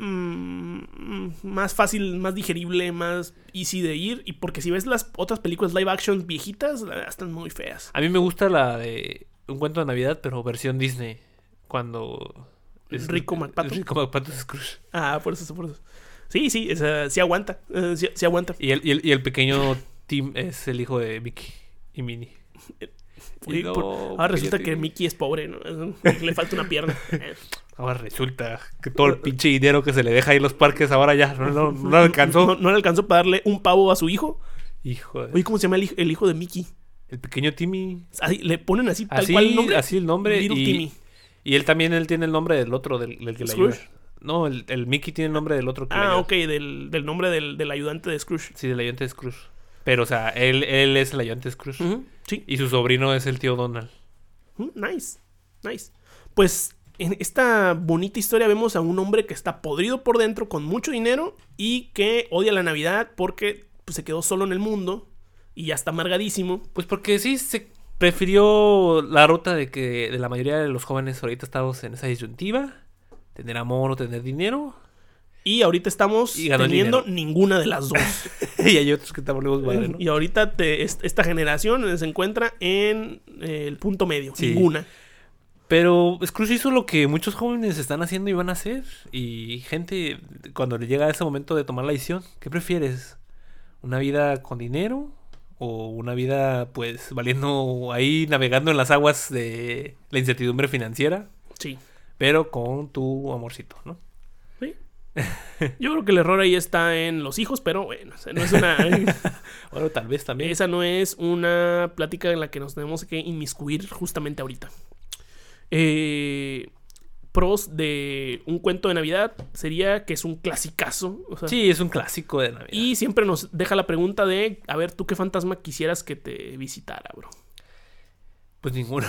más fácil, más digerible, más easy de ir. Y porque si ves las otras películas live action viejitas, están muy feas. A mí me gusta la de Un cuento de Navidad, pero versión Disney. Cuando... Rico McPato. Rico McPato es Scrooge. Ah, por eso. Sí, sí aguanta. Sí aguanta. Y el pequeño Tim es el hijo de Mickey y Minnie. Oye, Y no, ahora resulta que pequeño Mickey es pobre, ¿no? Le falta una pierna. Ahora resulta que todo el pinche dinero que se le deja ahí en los parques ahora ya no alcanzó. No le alcanzó para darle un pavo a su hijo. Hijo de... Oye, ¿cómo se llama el hijo de Mickey? El pequeño Timmy. Así, le ponen así tal Así, cual el nombre. así el nombre. Little Timmy. Y él tiene el nombre del otro, del que le ayuda. ¿Scrooge? No, el Mickey tiene el nombre del otro que le ayuda. Ok, del nombre del ayudante de Scrooge. Sí, del ayudante de Scrooge. Pero, o sea, él es el ayudante de Scrooge. Ujú, sí. Y su sobrino es el tío Donald. Nice. Pues en esta bonita historia vemos a un hombre que está podrido por dentro con mucho dinero y que odia la Navidad porque pues, se quedó solo en el mundo y ya está amargadísimo. Pues porque sí, se prefirió la ruta de la mayoría de los jóvenes ahorita estamos en esa disyuntiva. Tener amor o tener dinero. Y ahorita estamos Y ganó el teniendo dinero. ninguna de las dos. Y hay otros que también les madre, ¿no? Y ahorita esta generación se encuentra en el punto medio. Sí. Ninguna. Pero Scrooge hizo lo que muchos jóvenes están haciendo y van a hacer. Y gente, cuando le llega ese momento de tomar la decisión, ¿qué prefieres? ¿Una vida con dinero? ¿O una vida, pues, valiendo ahí, navegando en las aguas de la incertidumbre financiera? Sí. Pero con tu amorcito, ¿no? Sí. Yo creo que el error ahí está en los hijos, pero bueno, o sea, no es una... Bueno, tal vez también. Esa no es una plática en la que nos tenemos que inmiscuir justamente ahorita. Pros de Un cuento de Navidad sería que es un clasicazo. O sea, Sí, es un clásico de Navidad. y siempre nos deja la pregunta de, a ver, ¿tú qué fantasma quisieras que te visitara, bro? Pues ninguno.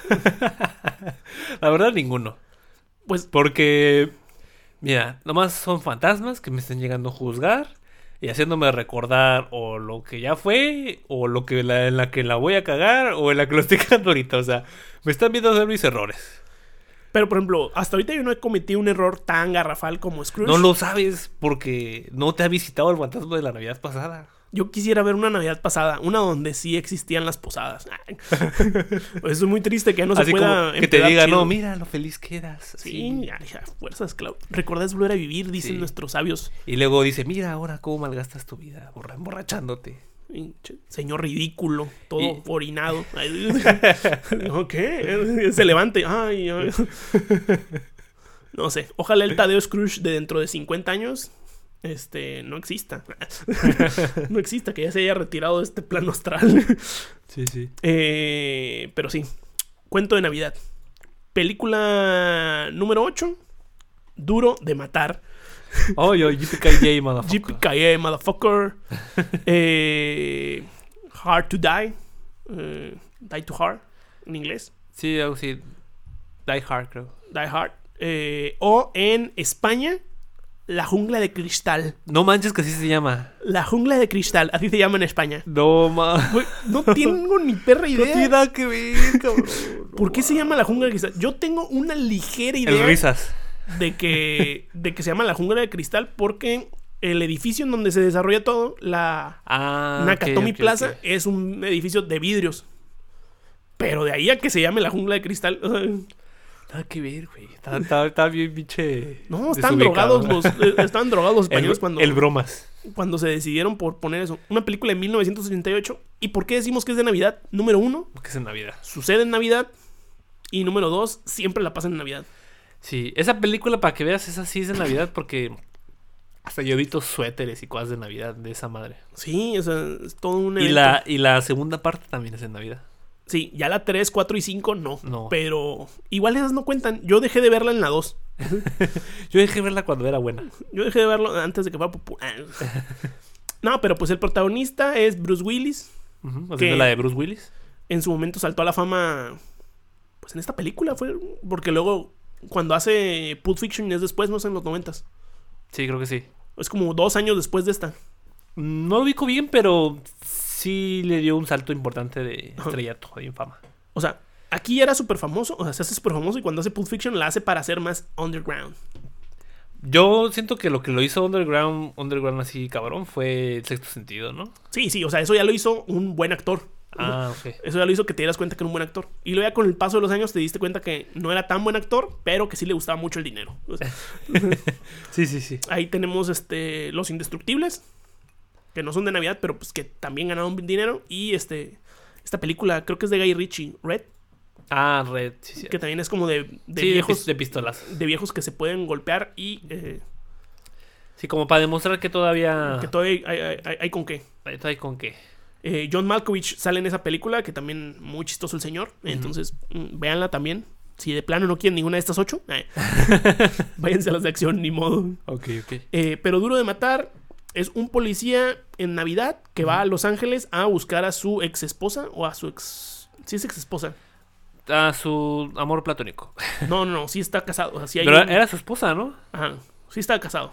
La verdad, ninguno. Pues, Porque, mira, nomás son fantasmas que me están llegando a juzgar y haciéndome recordar o lo que ya fue, o lo que en la que la voy a cagar, o en la que lo estoy cagando ahorita. O sea, me están viendo hacer mis errores. pero por ejemplo, hasta ahorita yo no he cometido un error tan garrafal como Scrooge. No lo sabes porque no te ha visitado el fantasma de la Navidad pasada. Yo quisiera ver una Navidad pasada, una donde sí existían las posadas. Pues eso es muy triste que ya no se Así pueda como que te empedar diga, chido. no, mira lo feliz que eras. Sí, ya, fuerzas, claro. Recordar es volver a vivir, dicen Sí. nuestros sabios. Y luego dice, mira ahora cómo malgastas tu vida, emborrachándote. Pinche señor ridículo, todo Y- orinado. Ay, ¿no qué? Se levante. Ay. No sé. Ojalá el Tadeo Scrooge de dentro de 50 años no exista. No exista, que ya se haya retirado de este plano astral. Sí, sí. Pero sí. Cuento de Navidad. Película número 8. Duro de matar. Oh, yo, JPKJ, motherfucker. JPKJ, motherfucker. Hard to Die. Die to Hard, en inglés. Sí, algo así. Die Hard, creo. Die Hard. O en España, La Jungla de Cristal. No manches que así se llama. La Jungla de Cristal, así se llama en España. No manches. Güey, no tengo ni perra No idea. tiene nada que ver, cabrón. ¿Por qué se llama La Jungla de Cristal? Yo tengo una ligera El idea risas. de que se llama La Jungla de Cristal porque el edificio en donde se desarrolla todo, la Nakatomi ok, Plaza, ok. es un edificio de vidrios. Pero de ahí a que se llame La Jungla de Cristal, o sea, Nada que ver, güey. Está bien, pinche. no, están desubicado. drogados estaban drogados los españoles El bromas. cuando se decidieron por poner eso. Una película de 1988. ¿Y por qué decimos que es de Navidad? Número 1, Porque es en Navidad. sucede en Navidad. Y número 2, siempre la pasan en Navidad. Sí, esa película, para que veas, esa sí es de Navidad porque hasta yo he visto suéteres y cosas de Navidad de esa madre. Sí, o sea, es todo un Y evento. y la segunda parte también es en Navidad. Sí, ya la 3, 4 y 5 no. No. Pero igual esas no cuentan. Yo dejé de verla en la 2. Yo dejé verla cuando era buena. Yo dejé de verlo antes de que fuera popular. No, pero pues el protagonista es Bruce Willis. Haciendo Que- la de Bruce Willis. En su momento saltó a la fama, pues en esta película fue. Porque luego, cuando hace Pulp Fiction es después, no sé, en los 90s. Sí, creo que sí. Es como 2 años después de esta. No lo ubico bien, pero sí le dio un salto importante de estrellato, de infama. O sea, aquí era súper famoso. O sea, se hace súper famoso y cuando hace Pulp Fiction la hace para ser más underground. Yo siento que lo que lo hizo underground así cabrón fue el Sexto Sentido, ¿no? Sí, sí, o sea, eso ya lo hizo un buen actor. Ah, ok. Eso ya lo hizo que te dieras cuenta que era un buen actor. Y luego ya con el paso de los años te diste cuenta que no era tan buen actor, pero que sí le gustaba mucho el dinero. O sea, Sí. ahí tenemos Los Indestructibles, que no son de Navidad, pero pues que también ganaron dinero. Y esta película, creo que es de Guy Ritchie, Red, Ah, Red, sí. que también es como de Sí, viejos, de pistolas. de viejos que se pueden golpear y Sí, como para demostrar que todavía... que todavía hay con qué. Todavía con qué. John Malkovich sale en esa película, que también muy chistoso el señor. Entonces, véanla también. Si de plano no quieren ninguna de estas 8, váyanse a las de acción, ni modo. Ok. Pero Duro de Matar es un policía en Navidad que va a Los Ángeles a buscar a su ex esposa o a su ex... Sí es ex esposa. A su amor platónico. No, sí está casado. O sea, sí hay Pero un- era su esposa, ¿no? Ajá, sí está casado.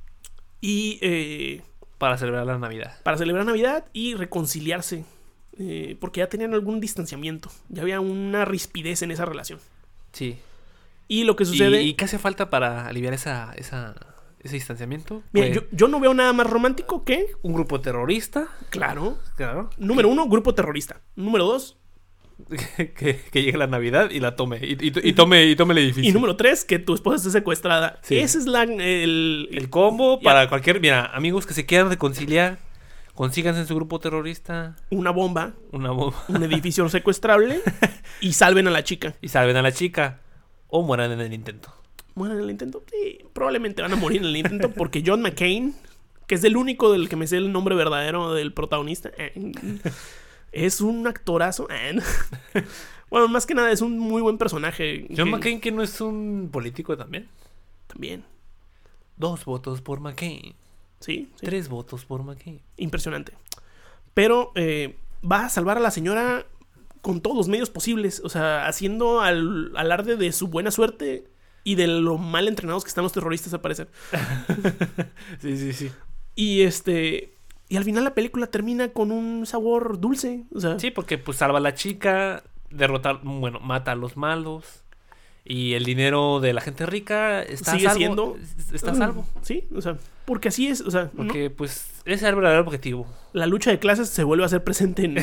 Y Para celebrar la Navidad. para celebrar Navidad y reconciliarse. Porque ya tenían algún distanciamiento. Ya había una rispidez en esa relación. Sí. Y lo que sucede... ¿Y qué hace falta para aliviar ese distanciamiento? Mira, Pues, yo no veo nada más romántico que... un grupo terrorista. Claro. Claro. Número 1, grupo terrorista. Número 2... que llegue la Navidad y la tome. Y tome el edificio. Y número 3, que tu esposa esté secuestrada. Sí. Ese es El combo Ya. para cualquier... Mira, amigos que se quieran reconciliar, consíganse en su grupo terrorista una bomba, una bomba un edificio secuestrable y salven a la chica. y salven a la chica o mueran en el intento. ¿Mueren en el intento? Sí, probablemente van a morir en el intento porque John McCain, que es el único del que me sé el nombre verdadero del protagonista, es un actorazo. Bueno, más que nada es un muy buen personaje. John que- McCain, que no es un político también. También, 2 votos por McCain. sí. 3 votos por McCain. Impresionante. Pero va a salvar a la señora con todos los medios posibles. O sea, haciendo alarde de su buena suerte y de lo mal entrenados que están los terroristas, al parecer. Sí. Y al final la película termina con un sabor dulce. O sea, Sí, porque pues salva a la chica, mata a los malos. Y el dinero de la gente rica está Sigue a salvo. siendo- Está a salvo. Sí, o sea, porque así es. O sea, ¿no? Porque pues ese es el verdadero objetivo. La lucha de clases se vuelve a hacer presente en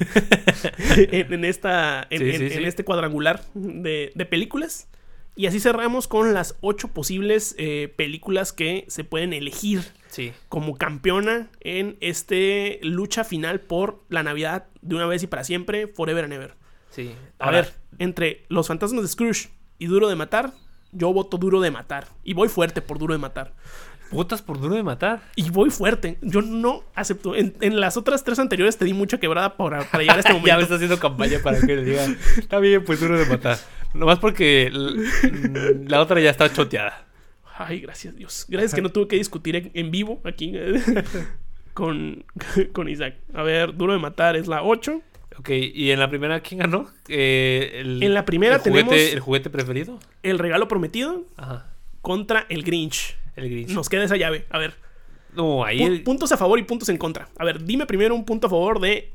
Sí. este cuadrangular de películas. Y así cerramos con las 8 posibles películas que se pueden elegir Sí. como campeona en lucha final por la Navidad de una vez y para siempre, forever and ever. Sí. A ver, entre Los Fantasmas de Scrooge y Duro de Matar, yo voto Duro de Matar. Y voy fuerte por Duro de Matar. ¿votas por Duro de Matar? Y voy fuerte. Yo no acepto. En las otras 3 anteriores te di mucha quebrada para llegar a este momento. Ya me está haciendo campaña para que le diga, está bien, pues Duro de Matar. Nomás porque la otra ya está choteada. Ay, gracias Dios. Gracias que no tuve que discutir en vivo aquí con Isaac. A ver, Duro de Matar es la 8. Ok, ¿y en la primera quién ganó? En la primera tenemos ¿El juguete preferido? El regalo prometido Ajá, contra el Grinch. el Grinch. Nos queda esa llave. A ver, No, ahí puntos a favor y puntos en contra. A ver, dime primero un punto a favor de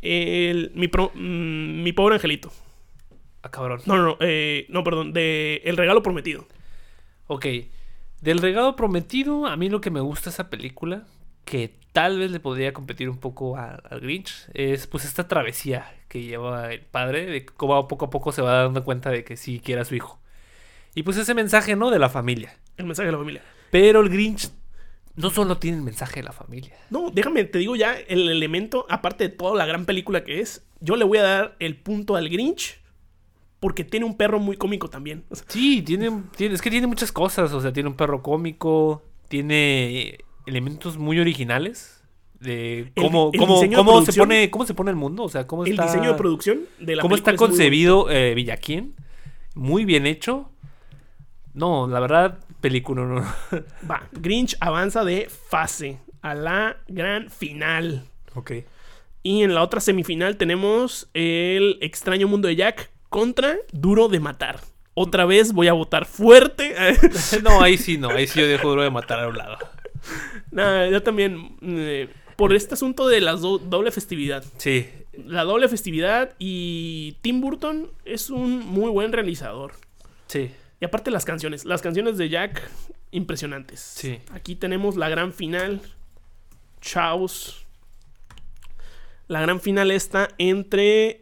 mi pobre angelito. Ah, cabrón. No, perdón, de El regalo prometido. Ok, del regalo prometido, a mí lo que me gusta de esa película, que tal vez le podría competir un poco al Grinch, es pues esta travesía que lleva el padre, de cómo poco a poco se va dando cuenta de que sí quiere a su hijo. Y pues ese mensaje, ¿no? De la familia. El mensaje de la familia. Pero el Grinch no solo tiene el mensaje de la familia. No, déjame, te digo ya el elemento, aparte de toda la gran película que es, yo le voy a dar el punto al Grinch porque tiene un perro muy cómico también. O sea, Sí, es que tiene muchas cosas. O sea, tiene un perro cómico, tiene elementos muy originales de cómo se pone el mundo. O sea, cómo el está, diseño de producción de la cómo película está es muy concebido Villaquién. Muy bien hecho. No, la verdad, película no. bonito. Va, Grinch avanza de fase a la gran final. Ok. Y en la otra semifinal tenemos El extraño mundo de Jack contra Duro de matar. Otra vez voy a votar fuerte. No, ahí sí yo dejo Duro de matar a un lado. Nah, yo también. Por este asunto de la doble festividad. Sí. La doble festividad y Tim Burton es un muy buen realizador. Sí. Y aparte las canciones de Jack, impresionantes. Sí. Aquí tenemos la gran final. Chaos. La gran final está entre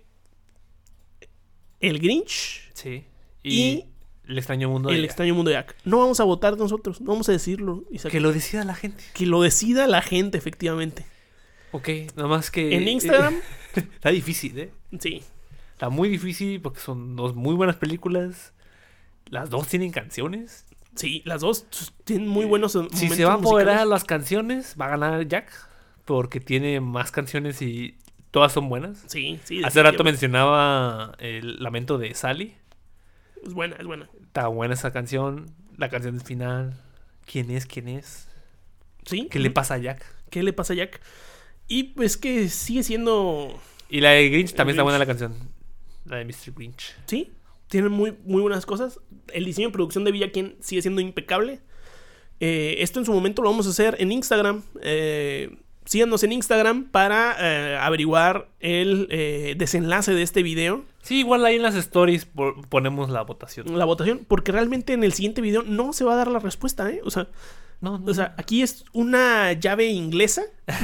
el Grinch Sí. y el extraño mundo el de extraño mundo de Jack. No vamos a votar nosotros, no vamos a decirlo, Isaac. que lo decida la gente. Que lo decida la gente, efectivamente. Ok, nada más que En Instagram, está difícil, ¿eh? sí. Está muy difícil porque son dos muy buenas películas. Las dos tienen canciones. Sí, las dos tienen muy buenos momentos Si se va a apoderar musicales. las canciones, va a ganar Jack. Porque tiene más canciones y todas son buenas. Sí, sí. Hace rato definitivamente. mencionaba el lamento de Sally. Es buena, es buena. Está buena esa canción. La canción del final. ¿Quién es? ¿Quién es? Sí. ¿Qué le pasa a Jack? ¿Qué le pasa a Jack? Y pues que sigue siendo... Y la de Grinch también está Grinch. buena la canción. La de Mr. Grinch. Sí, tienen muy, muy buenas cosas. El diseño de producción de Villaquién sigue siendo impecable. Esto en su momento lo vamos a hacer en Instagram. Síganos en Instagram para averiguar el desenlace de este video. Sí, igual ahí en las stories ponemos la votación. La votación, porque realmente en el siguiente video no se va a dar la respuesta, ¿eh? O sea, aquí es una llave inglesa,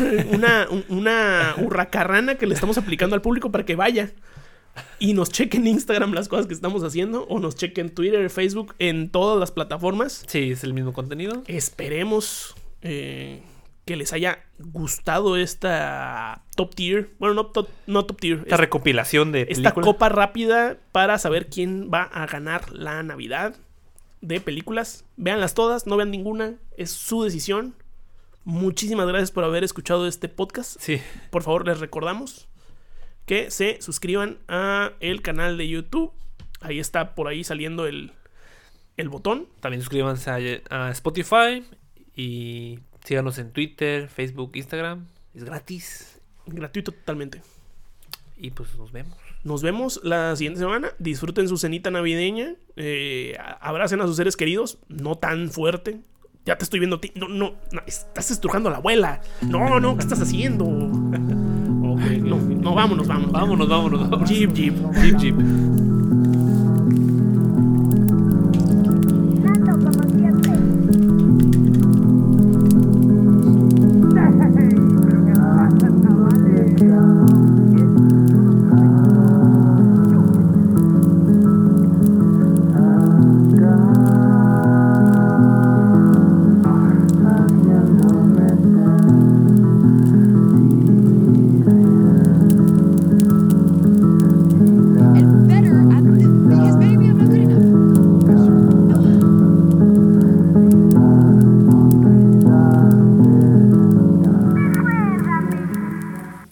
una hurracarrana que le estamos aplicando al público para que vaya y nos cheque en Instagram las cosas que estamos haciendo, o nos cheque en Twitter, Facebook, en todas las plataformas. Sí, es el mismo contenido. Esperemos que les haya gustado esta top tier. Bueno, no top tier. Esta recopilación de Esta películas. copa rápida para saber quién va a ganar la Navidad de películas. Véanlas todas, no vean ninguna. Es su decisión. Muchísimas gracias por haber escuchado este podcast. Sí. Por favor, les recordamos que se suscriban a el canal de YouTube. Ahí está por ahí saliendo el botón. También suscríbanse a Spotify y síganos en Twitter, Facebook, Instagram. Es gratis. Gratuito totalmente. Y pues nos vemos. Nos vemos la siguiente semana. Disfruten su cenita navideña. Abracen a sus seres queridos. No tan fuerte. Ya te estoy viendo a ti. No, estás estrujando a la abuela. No, ¿qué estás haciendo? Okay. No, vámonos. Vámonos. Jeep. Jeep.